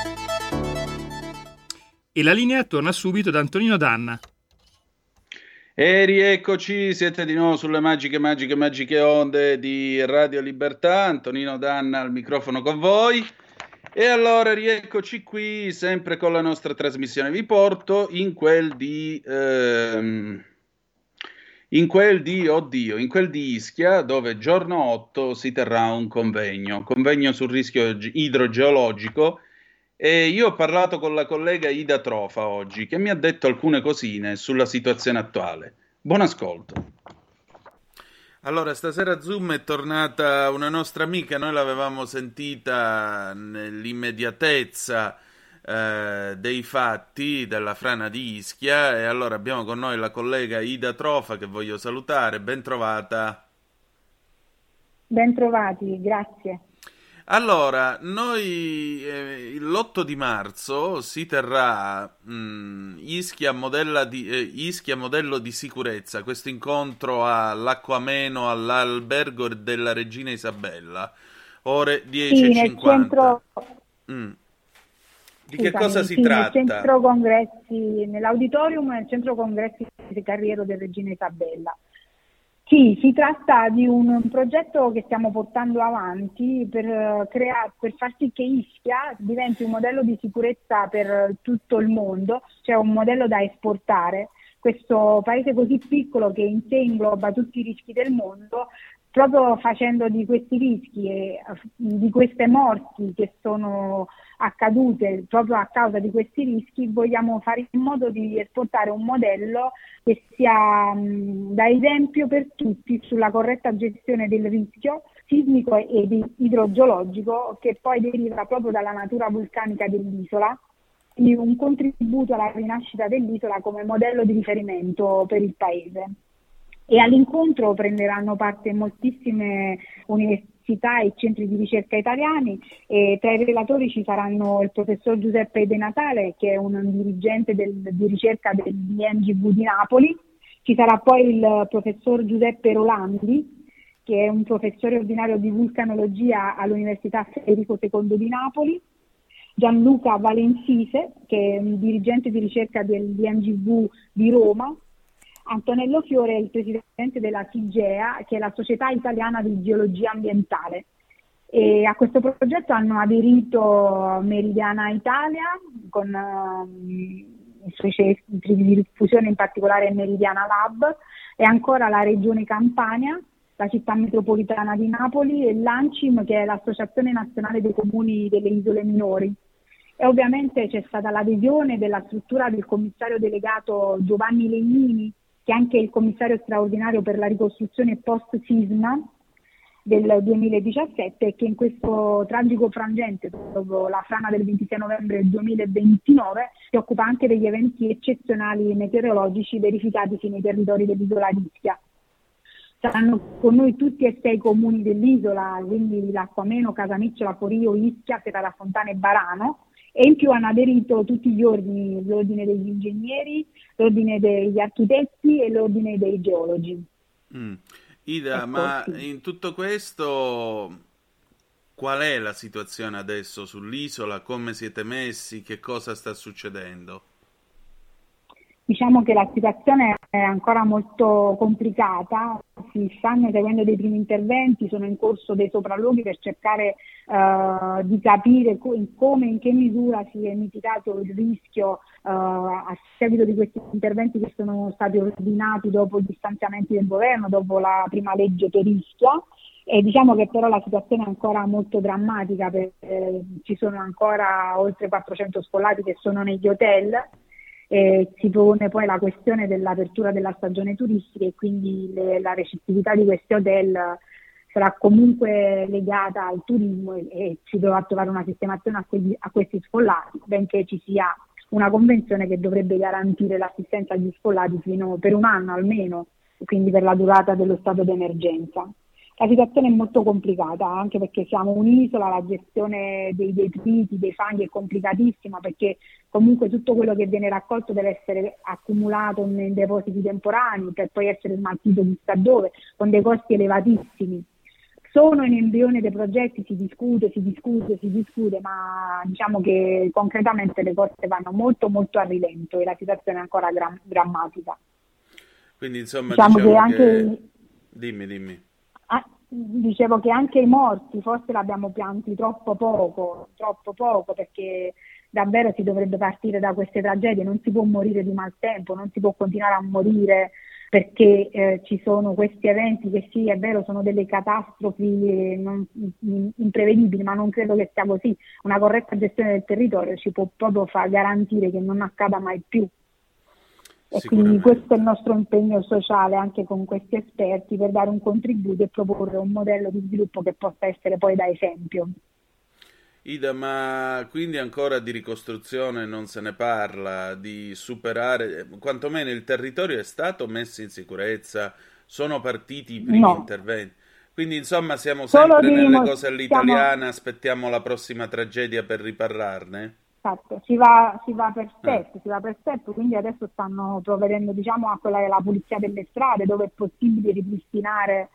E la linea torna subito da Antonino Danna. E rieccoci, siete di nuovo sulle magiche onde di Radio Libertà. Antonino Danna al microfono con voi. E allora rieccoci qui, sempre con la nostra trasmissione. Vi porto in quel di Ischia, dove giorno 8 si terrà un convegno sul rischio idrogeologico. E io ho parlato con la collega Ida Trofa oggi, che mi ha detto alcune cosine sulla situazione attuale. Buon ascolto. Allora, stasera a Zoom è tornata una nostra amica, noi l'avevamo sentita nell'immediatezza dei fatti della frana di Ischia, e allora abbiamo con noi la collega Ida Trofa, che voglio salutare. Ben trovata. Ben trovati, grazie. Allora, noi l'8 di marzo si terrà Ischia modello di sicurezza, questo incontro all'Acquameno, all'albergo della Regina Isabella, ore 10:50. Di che cosa si tratta? Nel centro congressi, nell'auditorium del centro congressi di Carriero del Regina Isabella. Sì, si tratta di un progetto che stiamo portando avanti per far sì che Ischia diventi un modello di sicurezza per tutto il mondo, cioè un modello da esportare. Questo paese così piccolo che in sé ingloba tutti i rischi del mondo, proprio facendo di questi rischi e di queste morti che sono accadute proprio a causa di questi rischi, vogliamo fare in modo di esportare un modello che sia da esempio per tutti sulla corretta gestione del rischio sismico e idrogeologico, che poi deriva proprio dalla natura vulcanica dell'isola, quindi un contributo alla rinascita dell'isola come modello di riferimento per il paese. E all'incontro prenderanno parte moltissime università e centri di ricerca italiani, e tra i relatori ci saranno il professor Giuseppe De Natale, che è un dirigente di ricerca dell'INGV di Napoli, ci sarà poi il professor Giuseppe Rolandi, che è un professore ordinario di vulcanologia all'Università Federico II di Napoli, Gianluca Valensise, che è un dirigente di ricerca dell'INGV di Roma, Antonello Fiore è il presidente della SIGEA, che è la Società Italiana di Geologia Ambientale. E a questo progetto hanno aderito Meridiana Italia, con i suoi centri di diffusione, in particolare Meridiana Lab, e ancora la Regione Campania, la Città Metropolitana di Napoli e l'ANCIM, che è l'Associazione Nazionale dei Comuni delle Isole Minori. E ovviamente c'è stata l'adesione della struttura del commissario delegato Giovanni Legnini, che è anche il commissario straordinario per la ricostruzione post-sisma del 2017, e che in questo tragico frangente, dopo la frana del 26 novembre 2029, si occupa anche degli eventi eccezionali meteorologici verificatisi nei territori dell'isola di Ischia. Saranno con noi tutti e 6 comuni dell'isola, quindi l'Acquameno, Casamicciola, Forio, Ischia, Ferrara Fontana e Varano, e in più hanno aderito tutti gli ordini, l'ordine degli ingegneri, l'ordine degli architetti e l'ordine dei geologi. Ida, ecco, ma sì. in tutto questo qual è la situazione adesso sull'isola? Come siete messi? Che cosa sta succedendo? Diciamo che la situazione è ancora molto complicata, si stanno eseguendo dei primi interventi, sono in corso dei sopralluoghi per cercare di capire come, in che misura si è mitigato il rischio a seguito di questi interventi che sono stati ordinati dopo gli stanziamenti del governo, dopo la prima legge per Ischia. E diciamo che però la situazione è ancora molto drammatica, perché ci sono ancora oltre 400 sfollati che sono negli hotel. Si pone poi la questione dell'apertura della stagione turistica, e quindi la recettività di questi hotel sarà comunque legata al turismo, e si dovrà trovare una sistemazione a questi sfollati, benché ci sia una convenzione che dovrebbe garantire l'assistenza agli sfollati per un anno almeno, quindi per la durata dello stato d'emergenza. La situazione è molto complicata, anche perché siamo un'isola, la gestione dei detriti, dei fanghi è complicatissima, perché comunque tutto quello che viene raccolto deve essere accumulato nei depositi temporanei per poi essere smaltito chissà dove, con dei costi elevatissimi. Sono in embrione dei progetti, si discute, ma diciamo che concretamente le cose vanno molto molto a rilento e la situazione è ancora drammatica. Quindi insomma Diciamo diciamo che anche che... Dimmi. dicevo che anche i morti forse l'abbiamo pianti troppo poco, perché davvero si dovrebbe partire da queste tragedie, non si può morire di maltempo, non si può continuare a morire perché ci sono questi eventi che sì, è vero, sono delle catastrofi imprevedibili, ma non credo che sia così. Una corretta gestione del territorio ci può proprio far garantire che non accada mai più. E quindi questo è il nostro impegno sociale anche con questi esperti per dare un contributo e proporre un modello di sviluppo che possa essere poi da esempio. Ida, ma quindi ancora di ricostruzione non se ne parla, di superare, quantomeno il territorio è stato messo in sicurezza, sono partiti i primi interventi. Quindi insomma siamo sempre nelle cose all'italiana, aspettiamo la prossima tragedia per riparlarne? Esatto, si va per step, quindi adesso stanno provvedendo diciamo a quella che è la pulizia delle strade, dove è possibile ripristinare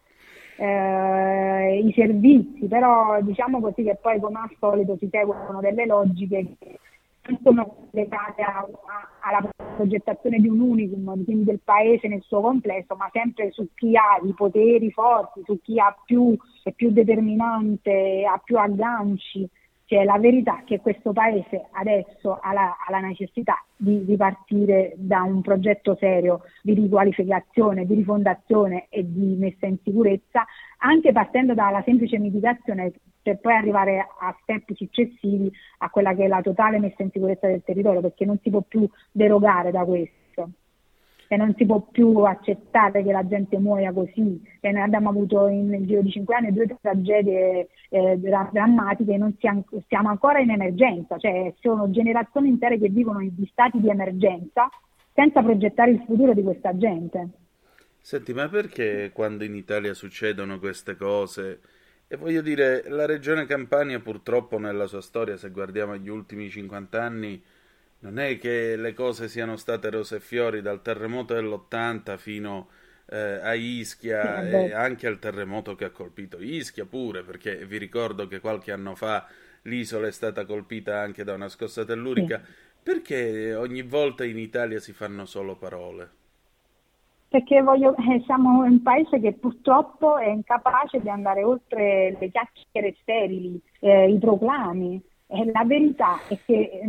i servizi, però diciamo così che poi come al solito si seguono delle logiche che non sono legate alla progettazione di un unicum, quindi del paese nel suo complesso, ma sempre su chi ha i poteri forti, su chi è più determinante, ha più agganci. Cioè, la verità è che questo paese adesso ha la necessità di partire da un progetto serio di riqualificazione, di rifondazione e di messa in sicurezza, anche partendo dalla semplice mitigazione per poi arrivare a step successivi a quella che è la totale messa in sicurezza del territorio, perché non si può più derogare da questo. E non si può più accettare che la gente muoia così. E noi abbiamo avuto nel giro di 5 anni 2 tragedie drammatiche e non siamo ancora in emergenza, cioè sono generazioni intere che vivono in stati di emergenza senza progettare il futuro di questa gente. Senti, ma perché quando in Italia succedono queste cose, e voglio dire, la regione Campania purtroppo nella sua storia, se guardiamo gli ultimi 50 anni, non è che le cose siano state rose e fiori dal terremoto dell'80 fino a Ischia e anche al terremoto che ha colpito Ischia pure, perché vi ricordo che qualche anno fa l'isola è stata colpita anche da una scossa tellurica. Perché ogni volta in Italia si fanno solo parole? Perché siamo un paese che purtroppo è incapace di andare oltre le chiacchiere sterili, i proclami. La verità è che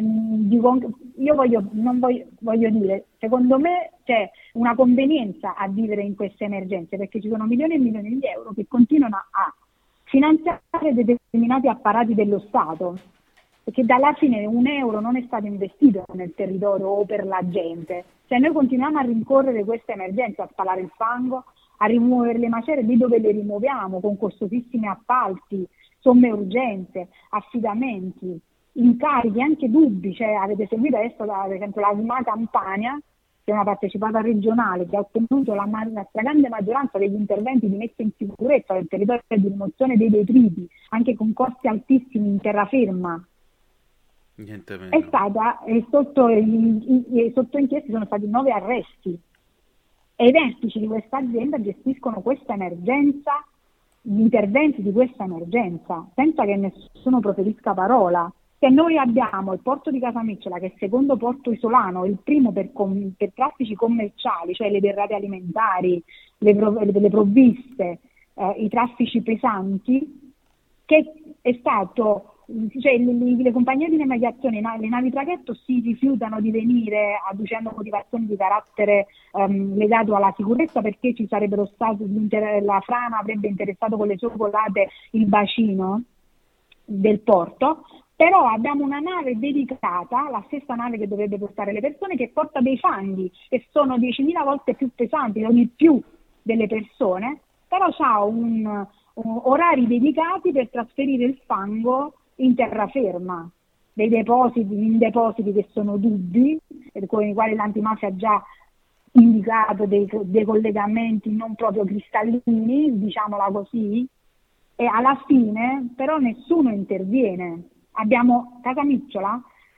voglio dire, secondo me c'è una convenienza a vivere in queste emergenze, perché ci sono milioni e milioni di euro che continuano a finanziare determinati apparati dello Stato, perché dalla fine un euro non è stato investito nel territorio o per la gente. Se noi continuiamo a rincorrere questa emergenza, a spalare il fango, a rimuovere le macerie lì dove le rimuoviamo con costosissimi appalti, somme urgente, affidamenti, incarichi, anche dubbi, cioè avete seguito adesso ad esempio la SMA Campania, che è una partecipata regionale che ha ottenuto la stragrande maggioranza degli interventi di messa in sicurezza del territorio e di rimozione dei detriti, anche con costi altissimi in terraferma. Niente meno. È stata sotto inchieste sono stati 9 arresti e i vertici di questa azienda gestiscono questa emergenza, gli interventi di questa emergenza, senza che nessuno proferisca parola. Se noi abbiamo il porto di Casamicciola, che è il secondo porto isolano, il primo per traffici commerciali, cioè le derrate alimentari, le provviste, i traffici pesanti, che è stato, cioè le compagnie di navigazione, le navi traghetto si rifiutano di venire adducendo motivazioni di carattere legato alla sicurezza, perché ci sarebbero stati, la frana avrebbe interessato con le sue volate il bacino del porto, però abbiamo una nave dedicata, la stessa nave che dovrebbe portare le persone, che porta dei fanghi che sono 10.000 volte più pesanti, non più delle persone, però ha orari dedicati per trasferire il fango in terraferma, in depositi che sono dubbi, con i quali l'antimafia ha già indicato dei collegamenti non proprio cristallini, diciamola così, e alla fine però nessuno interviene. Abbiamo Casamicciola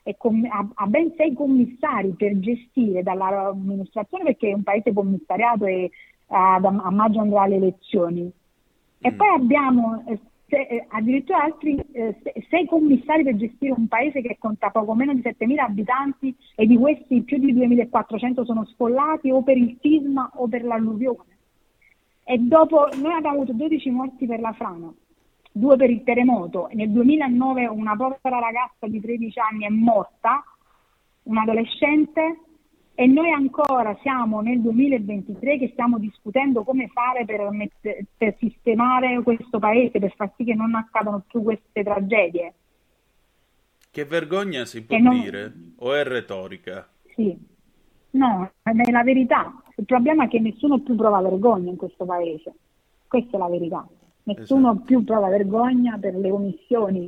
ha ben 6 commissari per gestire dall'amministrazione, perché è un paese commissariato e a maggio andrà alle elezioni. E poi addirittura altri 6 commissari per gestire un paese che conta poco meno di 7.000 abitanti e di questi più di 2.400 sono sfollati o per il sisma o per l'alluvione. E dopo noi abbiamo avuto 12 morti per la frana, 2 per il terremoto. Nel 2009 una povera ragazza di 13 anni è morta, un'adolescente, e noi ancora siamo nel 2023 che stiamo discutendo come fare per sistemare questo paese, per far sì che non accadano più queste tragedie. Che vergogna si può dire? O è retorica? Sì, no, è la verità. Il problema è che nessuno più prova vergogna in questo paese. Questa è la verità. Nessuno più prova vergogna per le omissioni.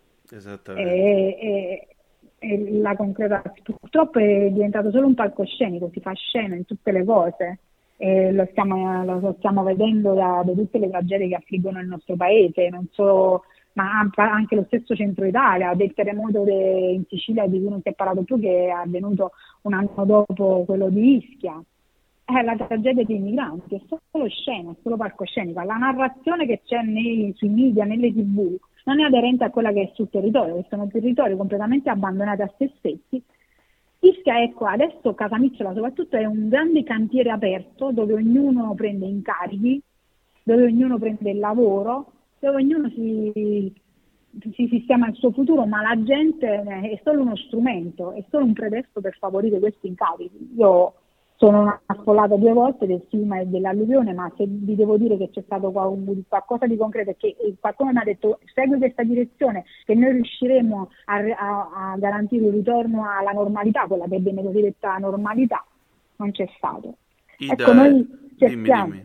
Esattamente. E la concreta purtroppo è diventato solo un palcoscenico, si fa scena in tutte le cose, e lo stiamo vedendo da tutte le tragedie che affliggono il nostro paese, non solo, ma anche lo stesso centro Italia, del terremoto in Sicilia di cui non si è parlato più, che è avvenuto un anno dopo quello di Ischia. La tragedia dei migranti è solo scena, è solo palcoscenica. La narrazione che c'è sui media, nelle TV, non è aderente a quella che è sul territorio, che sono territori completamente abbandonati a se stessi. Ischia, ecco, adesso Casamicciola soprattutto è un grande cantiere aperto dove ognuno prende incarichi, dove ognuno prende il lavoro, dove ognuno si sistema il suo futuro, ma la gente è solo uno strumento, è solo un pretesto per favorire questi incarichi. Io sono affollata 2 volte del sisma e dell'alluvione, ma se vi devo dire che c'è stato qualcosa di concreto e che qualcuno mi ha detto segui questa direzione, che noi riusciremo a garantire il ritorno alla normalità, quella che viene cosiddetta normalità, non c'è stato. Ecco, noi cerchiamo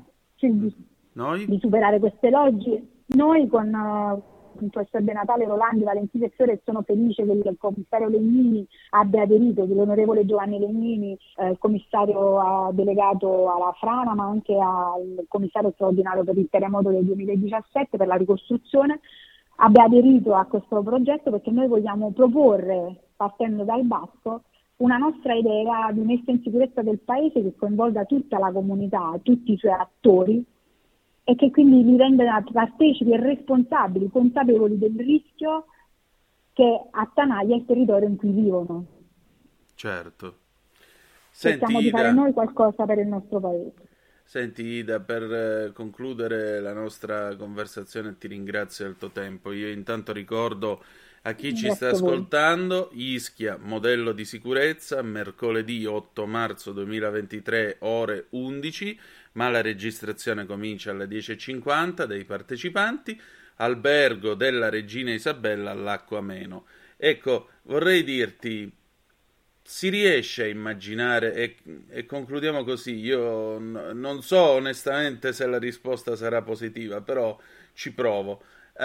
di superare queste logiche. Noi con il professor De Natale, Rolandi, Valentini e Fiore sono felice che il commissario Legnini abbia aderito, che l'onorevole Giovanni Legnini, commissario delegato alla frana, ma anche al commissario straordinario per il terremoto del 2017 per la ricostruzione, abbia aderito a questo progetto, perché noi vogliamo proporre, partendo dal basso, una nostra idea di messa in sicurezza del paese che coinvolga tutta la comunità, tutti i suoi attori, e che quindi li renda partecipi e responsabili, consapevoli del rischio che attanaglia il territorio in cui vivono. Certo. Cerchiamo di fare noi qualcosa per il nostro paese. Senti Ida, per concludere la nostra conversazione ti ringrazio del tuo tempo. Io intanto ricordo a chi ci sta ascoltando, Ischia, modello di sicurezza, mercoledì 8 marzo 2023, ore 11, ma la registrazione comincia alle 10:50 dei partecipanti, albergo della Regina Isabella all'Acqua Ameno. Ecco, vorrei dirti, si riesce a immaginare, e concludiamo così, io non so onestamente se la risposta sarà positiva, però ci provo.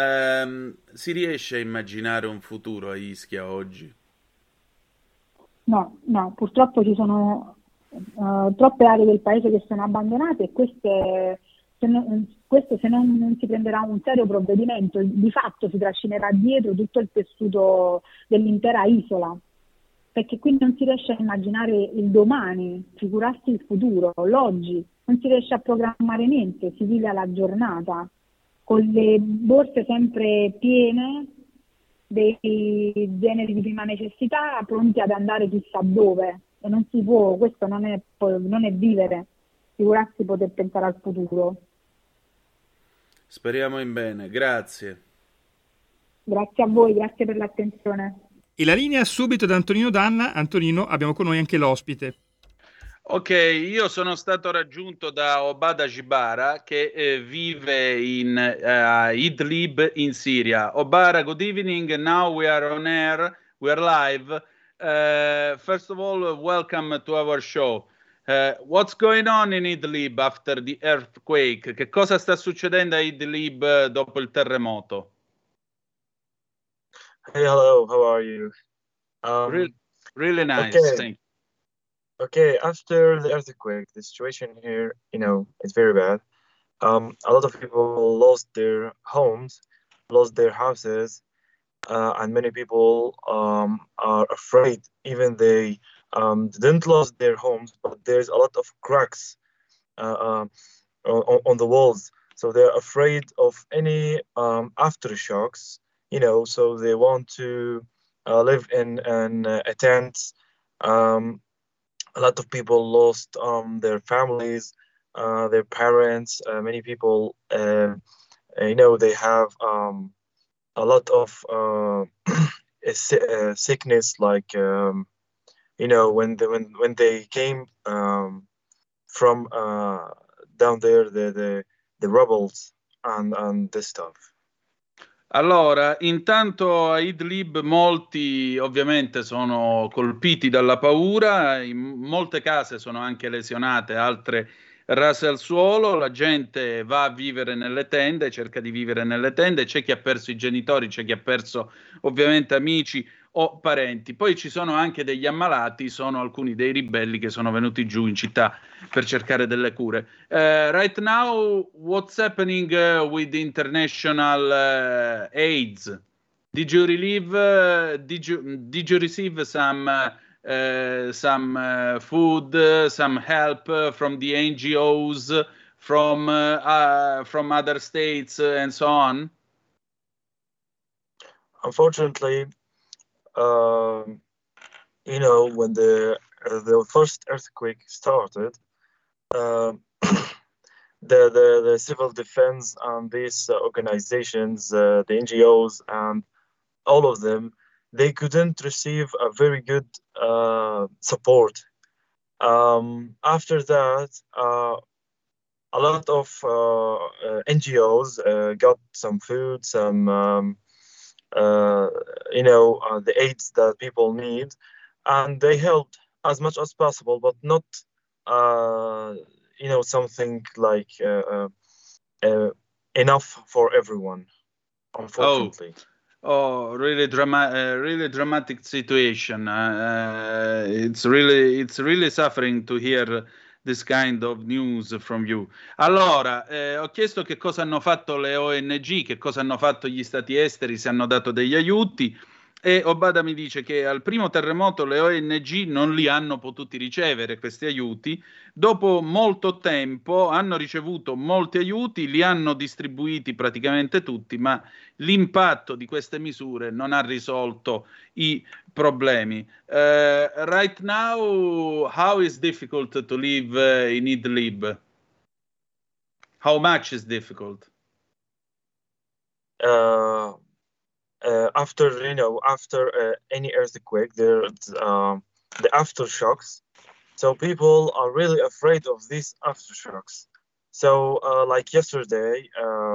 Si riesce a immaginare un futuro a Ischia oggi? No, purtroppo ci sono troppe aree del paese che sono abbandonate, e questo se non si prenderà un serio provvedimento, di fatto si trascinerà dietro tutto il tessuto dell'intera isola, perché qui non si riesce a immaginare il domani, figurarsi il futuro, l'oggi, non si riesce a programmare niente, si vive alla giornata, con le borse sempre piene dei generi di prima necessità, pronti ad andare chissà dove, e non si può, questo non è vivere, figurarsi poter pensare al futuro. Speriamo in bene, grazie. Grazie a voi, grazie per l'attenzione. E la linea subito da Antonino Danna. Antonino, abbiamo con noi anche l'ospite. Ok, io sono stato raggiunto da Obada Jibara che vive in Idlib in Siria. Obada, good evening. Now we are on air, we are live. First of all, welcome to our show. What's going on in Idlib after the earthquake? Che cosa sta succedendo a Idlib dopo il terremoto? Hey, hello, how are you? Really nice, okay. thank you. Okay, after the earthquake, the situation here, it's very bad. A lot of people lost their homes, lost their houses, and many people are afraid. Even they didn't lose their homes, but there's a lot of cracks on the walls. so they're afraid of any aftershocks, so they want to live in a tent. A lot of people lost their families, their parents. Many people, they have a lot of sickness, like when they came from down there, the rebels and this stuff. Allora, intanto a Idlib molti ovviamente sono colpiti dalla paura, in molte case sono anche lesionate, altre rase al suolo, la gente va a vivere nelle tende, cerca di vivere nelle tende, c'è chi ha perso i genitori, c'è chi ha perso ovviamente amici o parenti. Poi ci sono anche degli ammalati, sono alcuni dei ribelli che sono venuti giù in città per cercare delle cure. Right now, what's happening with the international AIDS? Did you receive some food, some help from the NGOs, from other states, and so on? Unfortunately, when the first earthquake started, the civil defense and these organizations, the NGOs, and all of them, they couldn't receive a very good support. After that, a lot of NGOs got some food, some the aids that people need, and they helped as much as possible, but not something like enough for everyone, unfortunately. Really dramatic situation. It's really suffering to hear this kind of news from you. Allora, ho chiesto che cosa hanno fatto le ONG, che cosa hanno fatto gli stati esteri, se hanno dato degli aiuti, e Obada mi dice che al primo terremoto le ONG non li hanno potuti ricevere questi aiuti. Dopo molto tempo hanno ricevuto molti aiuti, li hanno distribuiti praticamente tutti, ma l'impatto di queste misure non ha risolto i problemi. Right now, how is difficult to live in Idlib? How much is difficult? After any earthquake, there's the aftershocks. So people are really afraid of these aftershocks. So like yesterday,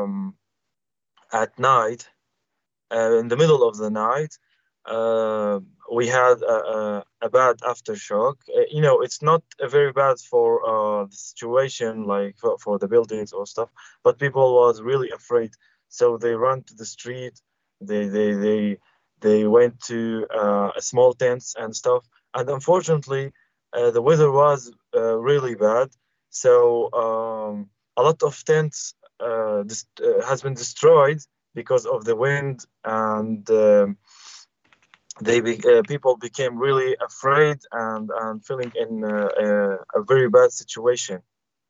at night, in the middle of the night, we had a bad aftershock. It's not very bad for the situation, like for the buildings or stuff, but people was really afraid. So they ran to the street. They went to small tents and stuff. And unfortunately, the weather was really bad. So a lot of tents has been destroyed because of the wind, and people became really afraid and feeling in a very bad situation.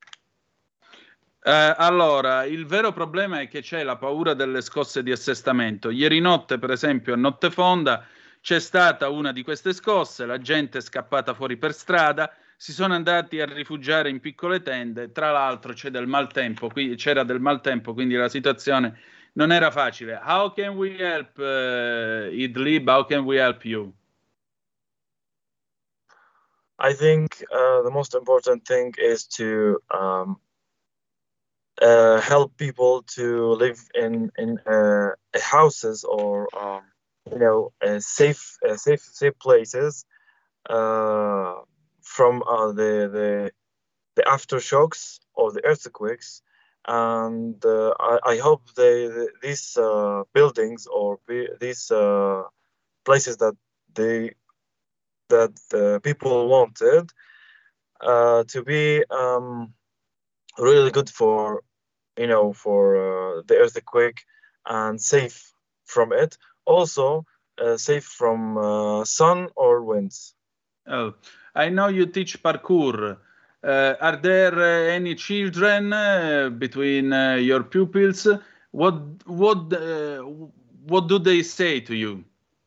Allora, il vero problema è che c'è la paura delle scosse di assestamento. Ieri notte, per esempio, a notte fonda c'è stata una di queste scosse, la gente è scappata fuori per strada, si sono andati a rifugiare in piccole tende, tra l'altro c'era del maltempo, quindi la situazione non era facile. How can we help Idlib? How can we help you? I think the most important thing is to help people to live in houses or safe places from the aftershocks or the earthquakes, and I hope these buildings or these places that people wanted to be really good for the earthquake and safe from it, also safe from sun or winds. Oh, I know you teach parkour. Are there any children between your pupils? What do they say to you?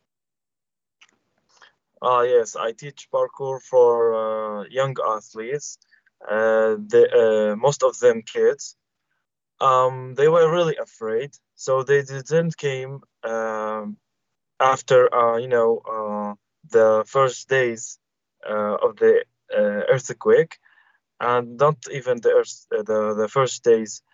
Yes, I teach parkour for young athletes. Most of them kids. They were really afraid, so they didn't came after the first days of the earthquake, and not even the first days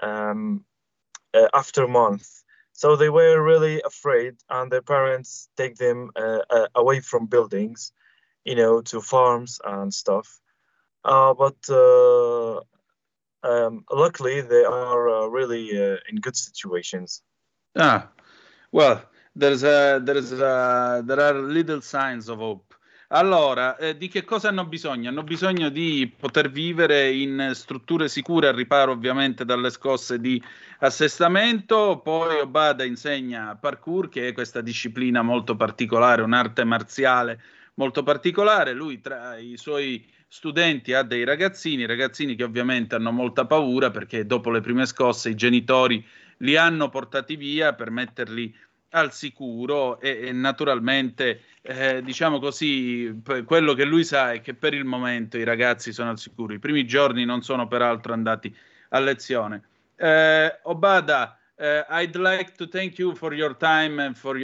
after month. So they were really afraid, and their parents take them away from buildings, to farms and stuff. But luckily, they are really in good situations. Well, there are little signs of hope. Allora, di che cosa hanno bisogno? Hanno bisogno di poter vivere in strutture sicure, al riparo ovviamente dalle scosse di assestamento. Poi Obada insegna parkour, che è questa disciplina molto particolare, un'arte marziale molto particolare. Lui tra i suoi studenti ha dei ragazzini che ovviamente hanno molta paura, perché dopo le prime scosse i genitori li hanno portati via per metterli al sicuro e naturalmente diciamo così, quello che lui sa è che per il momento i ragazzi sono al sicuro. I primi giorni non sono peraltro andati a lezione. Obada, I'd like to thank you for your time and for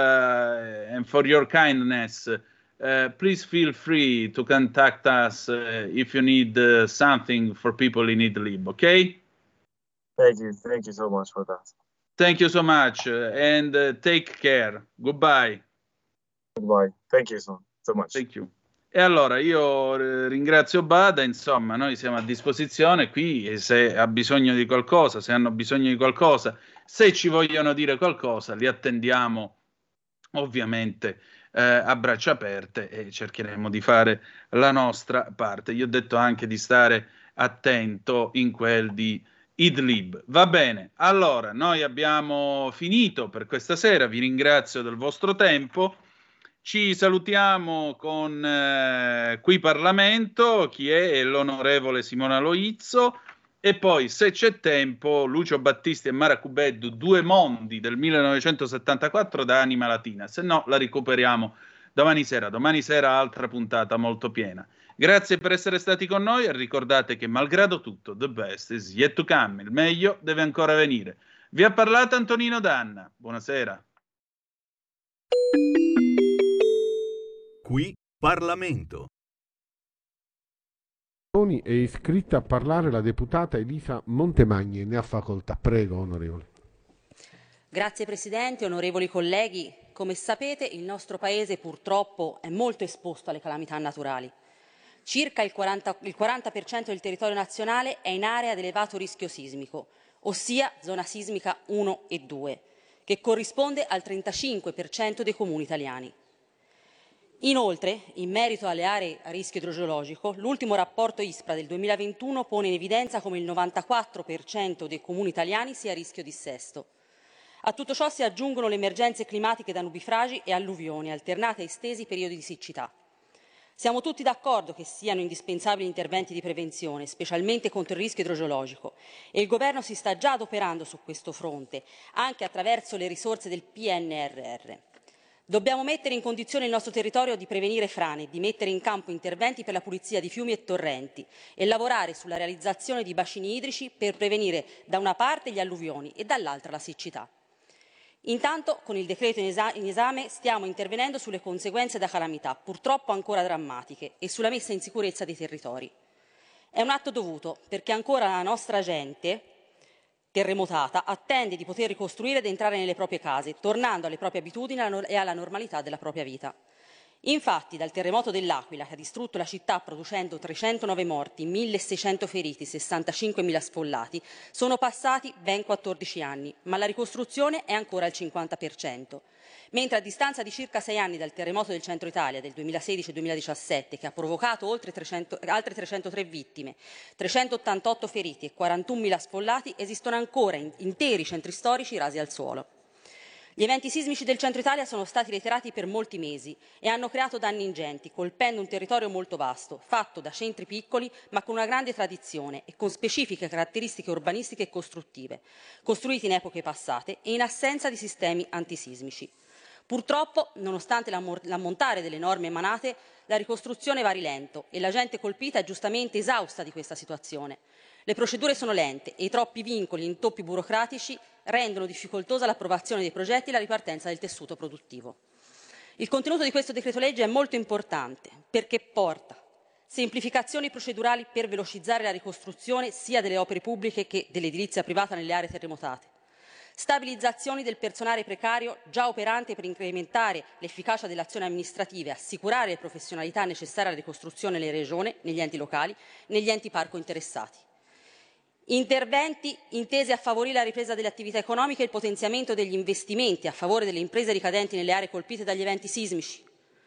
your kindness. Please feel free to contact us if you need something for people in Idlib, okay? Thank you so much for that. Thank you so much and take care. Goodbye. Goodbye. Thank you so much. Thank you. E allora io ringrazio Bada, insomma, noi siamo a disposizione qui e se ha bisogno di qualcosa, se hanno bisogno di qualcosa, se ci vogliono dire qualcosa, li attendiamo ovviamente a braccia aperte e cercheremo di fare la nostra parte. Io ho detto anche di stare attento in quel di Idlib. Va bene, allora noi abbiamo finito per questa sera, vi ringrazio del vostro tempo, ci salutiamo con Qui Parlamento, chi è l'onorevole Simona Loizzo e poi se c'è tempo Lucio Battisti e Mara Cubeddu, Due mondi del 1974 da Anima Latina, se no la recuperiamo domani sera altra puntata molto piena. Grazie per essere stati con noi e ricordate che malgrado tutto, the best is yet to come, il meglio deve ancora venire. Vi ha parlato Antonino Danna, buonasera. Qui Parlamento. È iscritta a parlare la deputata Elisa Montemagni, ne ha facoltà. Prego, onorevole. Grazie Presidente, onorevoli colleghi. Come sapete, il nostro Paese purtroppo è molto esposto alle calamità naturali. Circa il 40% del territorio nazionale è in area ad elevato rischio sismico, ossia zona sismica 1 e 2, che corrisponde al 35% dei comuni italiani. Inoltre, in merito alle aree a rischio idrogeologico, l'ultimo rapporto ISPRA del 2021 pone in evidenza come il 94% dei comuni italiani sia a rischio dissesto. A tutto ciò si aggiungono le emergenze climatiche da nubifragi e alluvioni, alternate a estesi periodi di siccità. Siamo tutti d'accordo che siano indispensabili interventi di prevenzione, specialmente contro il rischio idrogeologico, e il Governo si sta già adoperando su questo fronte, anche attraverso le risorse del PNRR. Dobbiamo mettere in condizione il nostro territorio di prevenire frane e di mettere in campo interventi per la pulizia di fiumi e torrenti e lavorare sulla realizzazione di bacini idrici per prevenire da una parte gli alluvioni e dall'altra la siccità. Intanto, con il decreto in esame stiamo intervenendo sulle conseguenze da calamità, purtroppo ancora drammatiche, e sulla messa in sicurezza dei territori. È un atto dovuto, perché ancora la nostra gente terremotata attende di poter ricostruire ed entrare nelle proprie case, tornando alle proprie abitudini e alla normalità della propria vita. Infatti, dal terremoto dell'Aquila, che ha distrutto la città producendo 309 morti, 1.600 feriti, 65.000 sfollati, sono passati ben 14 anni, ma la ricostruzione è ancora al 50%. Mentre a distanza di circa 6 anni dal terremoto del centro Italia del 2016-2017, che ha provocato altre 303 vittime, 388 feriti e 41.000 sfollati, esistono ancora interi centri storici rasi al suolo. Gli eventi sismici del centro Italia sono stati reiterati per molti mesi e hanno creato danni ingenti, colpendo un territorio molto vasto, fatto da centri piccoli ma con una grande tradizione e con specifiche caratteristiche urbanistiche e costruttive, costruiti in epoche passate e in assenza di sistemi antisismici. Purtroppo, nonostante l'ammontare delle norme emanate, la ricostruzione va a rilento e la gente colpita è giustamente esausta di questa situazione. Le procedure sono lente e i troppi vincoli e intoppi burocratici rendono difficoltosa l'approvazione dei progetti e la ripartenza del tessuto produttivo. Il contenuto di questo decreto legge è molto importante perché porta semplificazioni procedurali per velocizzare la ricostruzione sia delle opere pubbliche che dell'edilizia privata nelle aree terremotate, stabilizzazioni del personale precario già operante per incrementare l'efficacia delle azioni amministrative e assicurare le professionalità necessarie alla ricostruzione nelle regioni, negli enti locali, negli enti parco interessati. Interventi intesi a favorire la ripresa delle attività economiche e il potenziamento degli investimenti a favore delle imprese ricadenti nelle aree colpite dagli eventi sismici.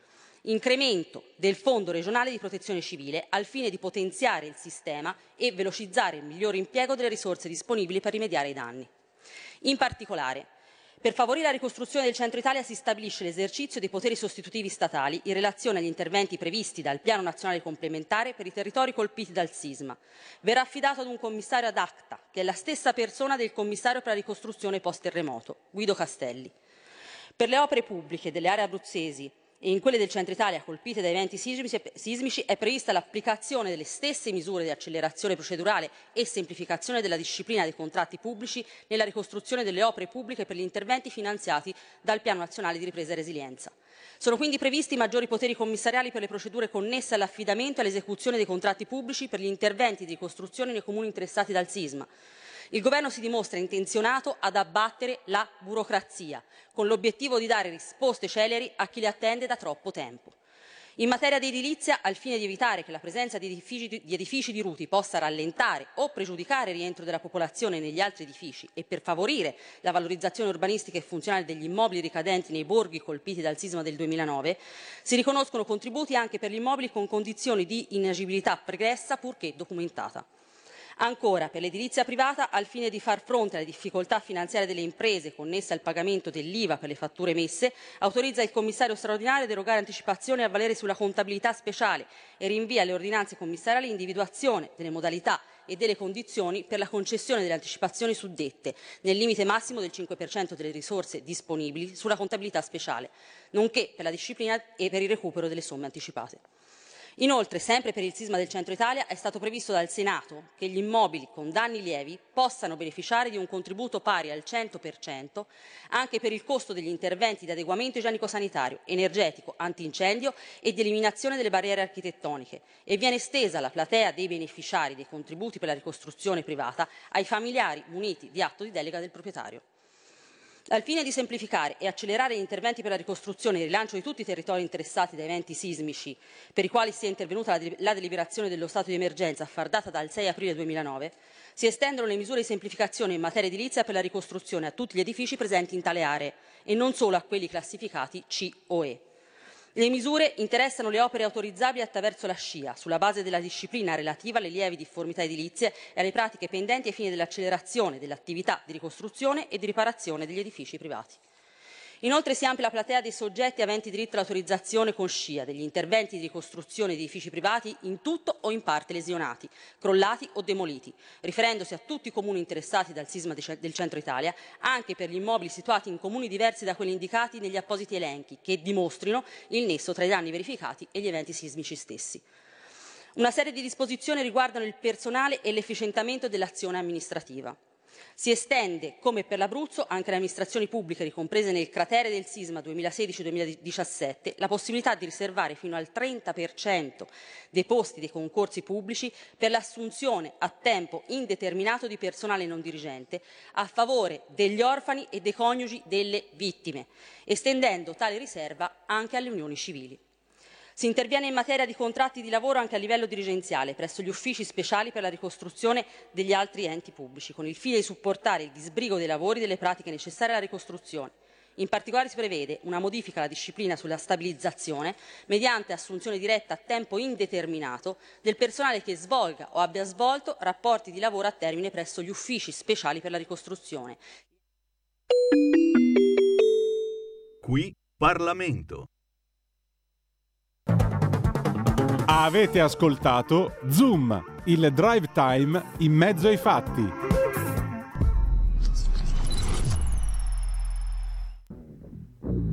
Incremento del Fondo regionale di protezione civile al fine di potenziare il sistema e velocizzare il miglior impiego delle risorse disponibili per rimediare ai danni. In particolare, per favorire la ricostruzione del centro Italia si stabilisce l'esercizio dei poteri sostitutivi statali in relazione agli interventi previsti dal Piano Nazionale Complementare per i territori colpiti dal sisma. Verrà affidato ad un commissario ad acta, che è la stessa persona del commissario per la ricostruzione post-terremoto, Guido Castelli. Per le opere pubbliche delle aree abruzzesi e in quelle del centro Italia colpite da eventi sismici è prevista l'applicazione delle stesse misure di accelerazione procedurale e semplificazione della disciplina dei contratti pubblici nella ricostruzione delle opere pubbliche per gli interventi finanziati dal Piano Nazionale di Ripresa e Resilienza. Sono quindi previsti maggiori poteri commissariali per le procedure connesse all'affidamento e all'esecuzione dei contratti pubblici per gli interventi di ricostruzione nei comuni interessati dal sisma. Il Governo si dimostra intenzionato ad abbattere la burocrazia, con l'obiettivo di dare risposte celeri a chi le attende da troppo tempo. In materia di edilizia, al fine di evitare che la presenza di edifici diruti possa rallentare o pregiudicare il rientro della popolazione negli altri edifici e per favorire la valorizzazione urbanistica e funzionale degli immobili ricadenti nei borghi colpiti dal sisma del 2009, si riconoscono contributi anche per gli immobili con condizioni di inagibilità pregressa purché documentata. Ancora, per l'edilizia privata, al fine di far fronte alle difficoltà finanziarie delle imprese connesse al pagamento dell'IVA per le fatture emesse, autorizza il commissario straordinario ad erogare anticipazioni a valere sulla contabilità speciale e rinvia alle ordinanze commissariali l'individuazione delle modalità e delle condizioni per la concessione delle anticipazioni suddette, nel limite massimo del 5% delle risorse disponibili sulla contabilità speciale, nonché per la disciplina e per il recupero delle somme anticipate. Inoltre, sempre per il sisma del centro Italia, è stato previsto dal Senato che gli immobili con danni lievi possano beneficiare di un contributo pari al 100% anche per il costo degli interventi di adeguamento igienico-sanitario, energetico, antincendio e di eliminazione delle barriere architettoniche e viene estesa la platea dei beneficiari dei contributi per la ricostruzione privata ai familiari muniti di atto di delega del proprietario. Al fine di semplificare e accelerare gli interventi per la ricostruzione e il rilancio di tutti i territori interessati da eventi sismici, per i quali sia intervenuta la deliberazione dello stato di emergenza affardata dal 6 aprile 2009, si estendono le misure di semplificazione in materia edilizia per la ricostruzione a tutti gli edifici presenti in tale aree e non solo a quelli classificati C o E. Le misure interessano le opere autorizzabili attraverso la SCIA, sulla base della disciplina relativa alle lievi difformità edilizie e alle pratiche pendenti ai fini dell'accelerazione dell'attività di ricostruzione e di riparazione degli edifici privati. Inoltre si amplia la platea dei soggetti aventi diritto all'autorizzazione con SCIA degli interventi di ricostruzione di edifici privati in tutto o in parte lesionati, crollati o demoliti, riferendosi a tutti i comuni interessati dal sisma del centro Italia, anche per gli immobili situati in comuni diversi da quelli indicati negli appositi elenchi, che dimostrino il nesso tra i danni verificati e gli eventi sismici stessi. Una serie di disposizioni riguardano il personale e l'efficientamento dell'azione amministrativa. Si estende, come per l'Abruzzo, anche alle amministrazioni pubbliche ricomprese nel cratere del sisma 2016-2017, la possibilità di riservare fino al 30% dei posti dei concorsi pubblici per l'assunzione a tempo indeterminato di personale non dirigente a favore degli orfani e dei coniugi delle vittime, estendendo tale riserva anche alle unioni civili. Si interviene in materia di contratti di lavoro anche a livello dirigenziale presso gli uffici speciali per la ricostruzione degli altri enti pubblici, con il fine di supportare il disbrigo dei lavori e delle pratiche necessarie alla ricostruzione. In particolare si prevede una modifica alla disciplina sulla stabilizzazione mediante assunzione diretta a tempo indeterminato del personale che svolga o abbia svolto rapporti di lavoro a termine presso gli uffici speciali per la ricostruzione. Qui Parlamento. Avete ascoltato Zoom, il drive time in mezzo ai fatti.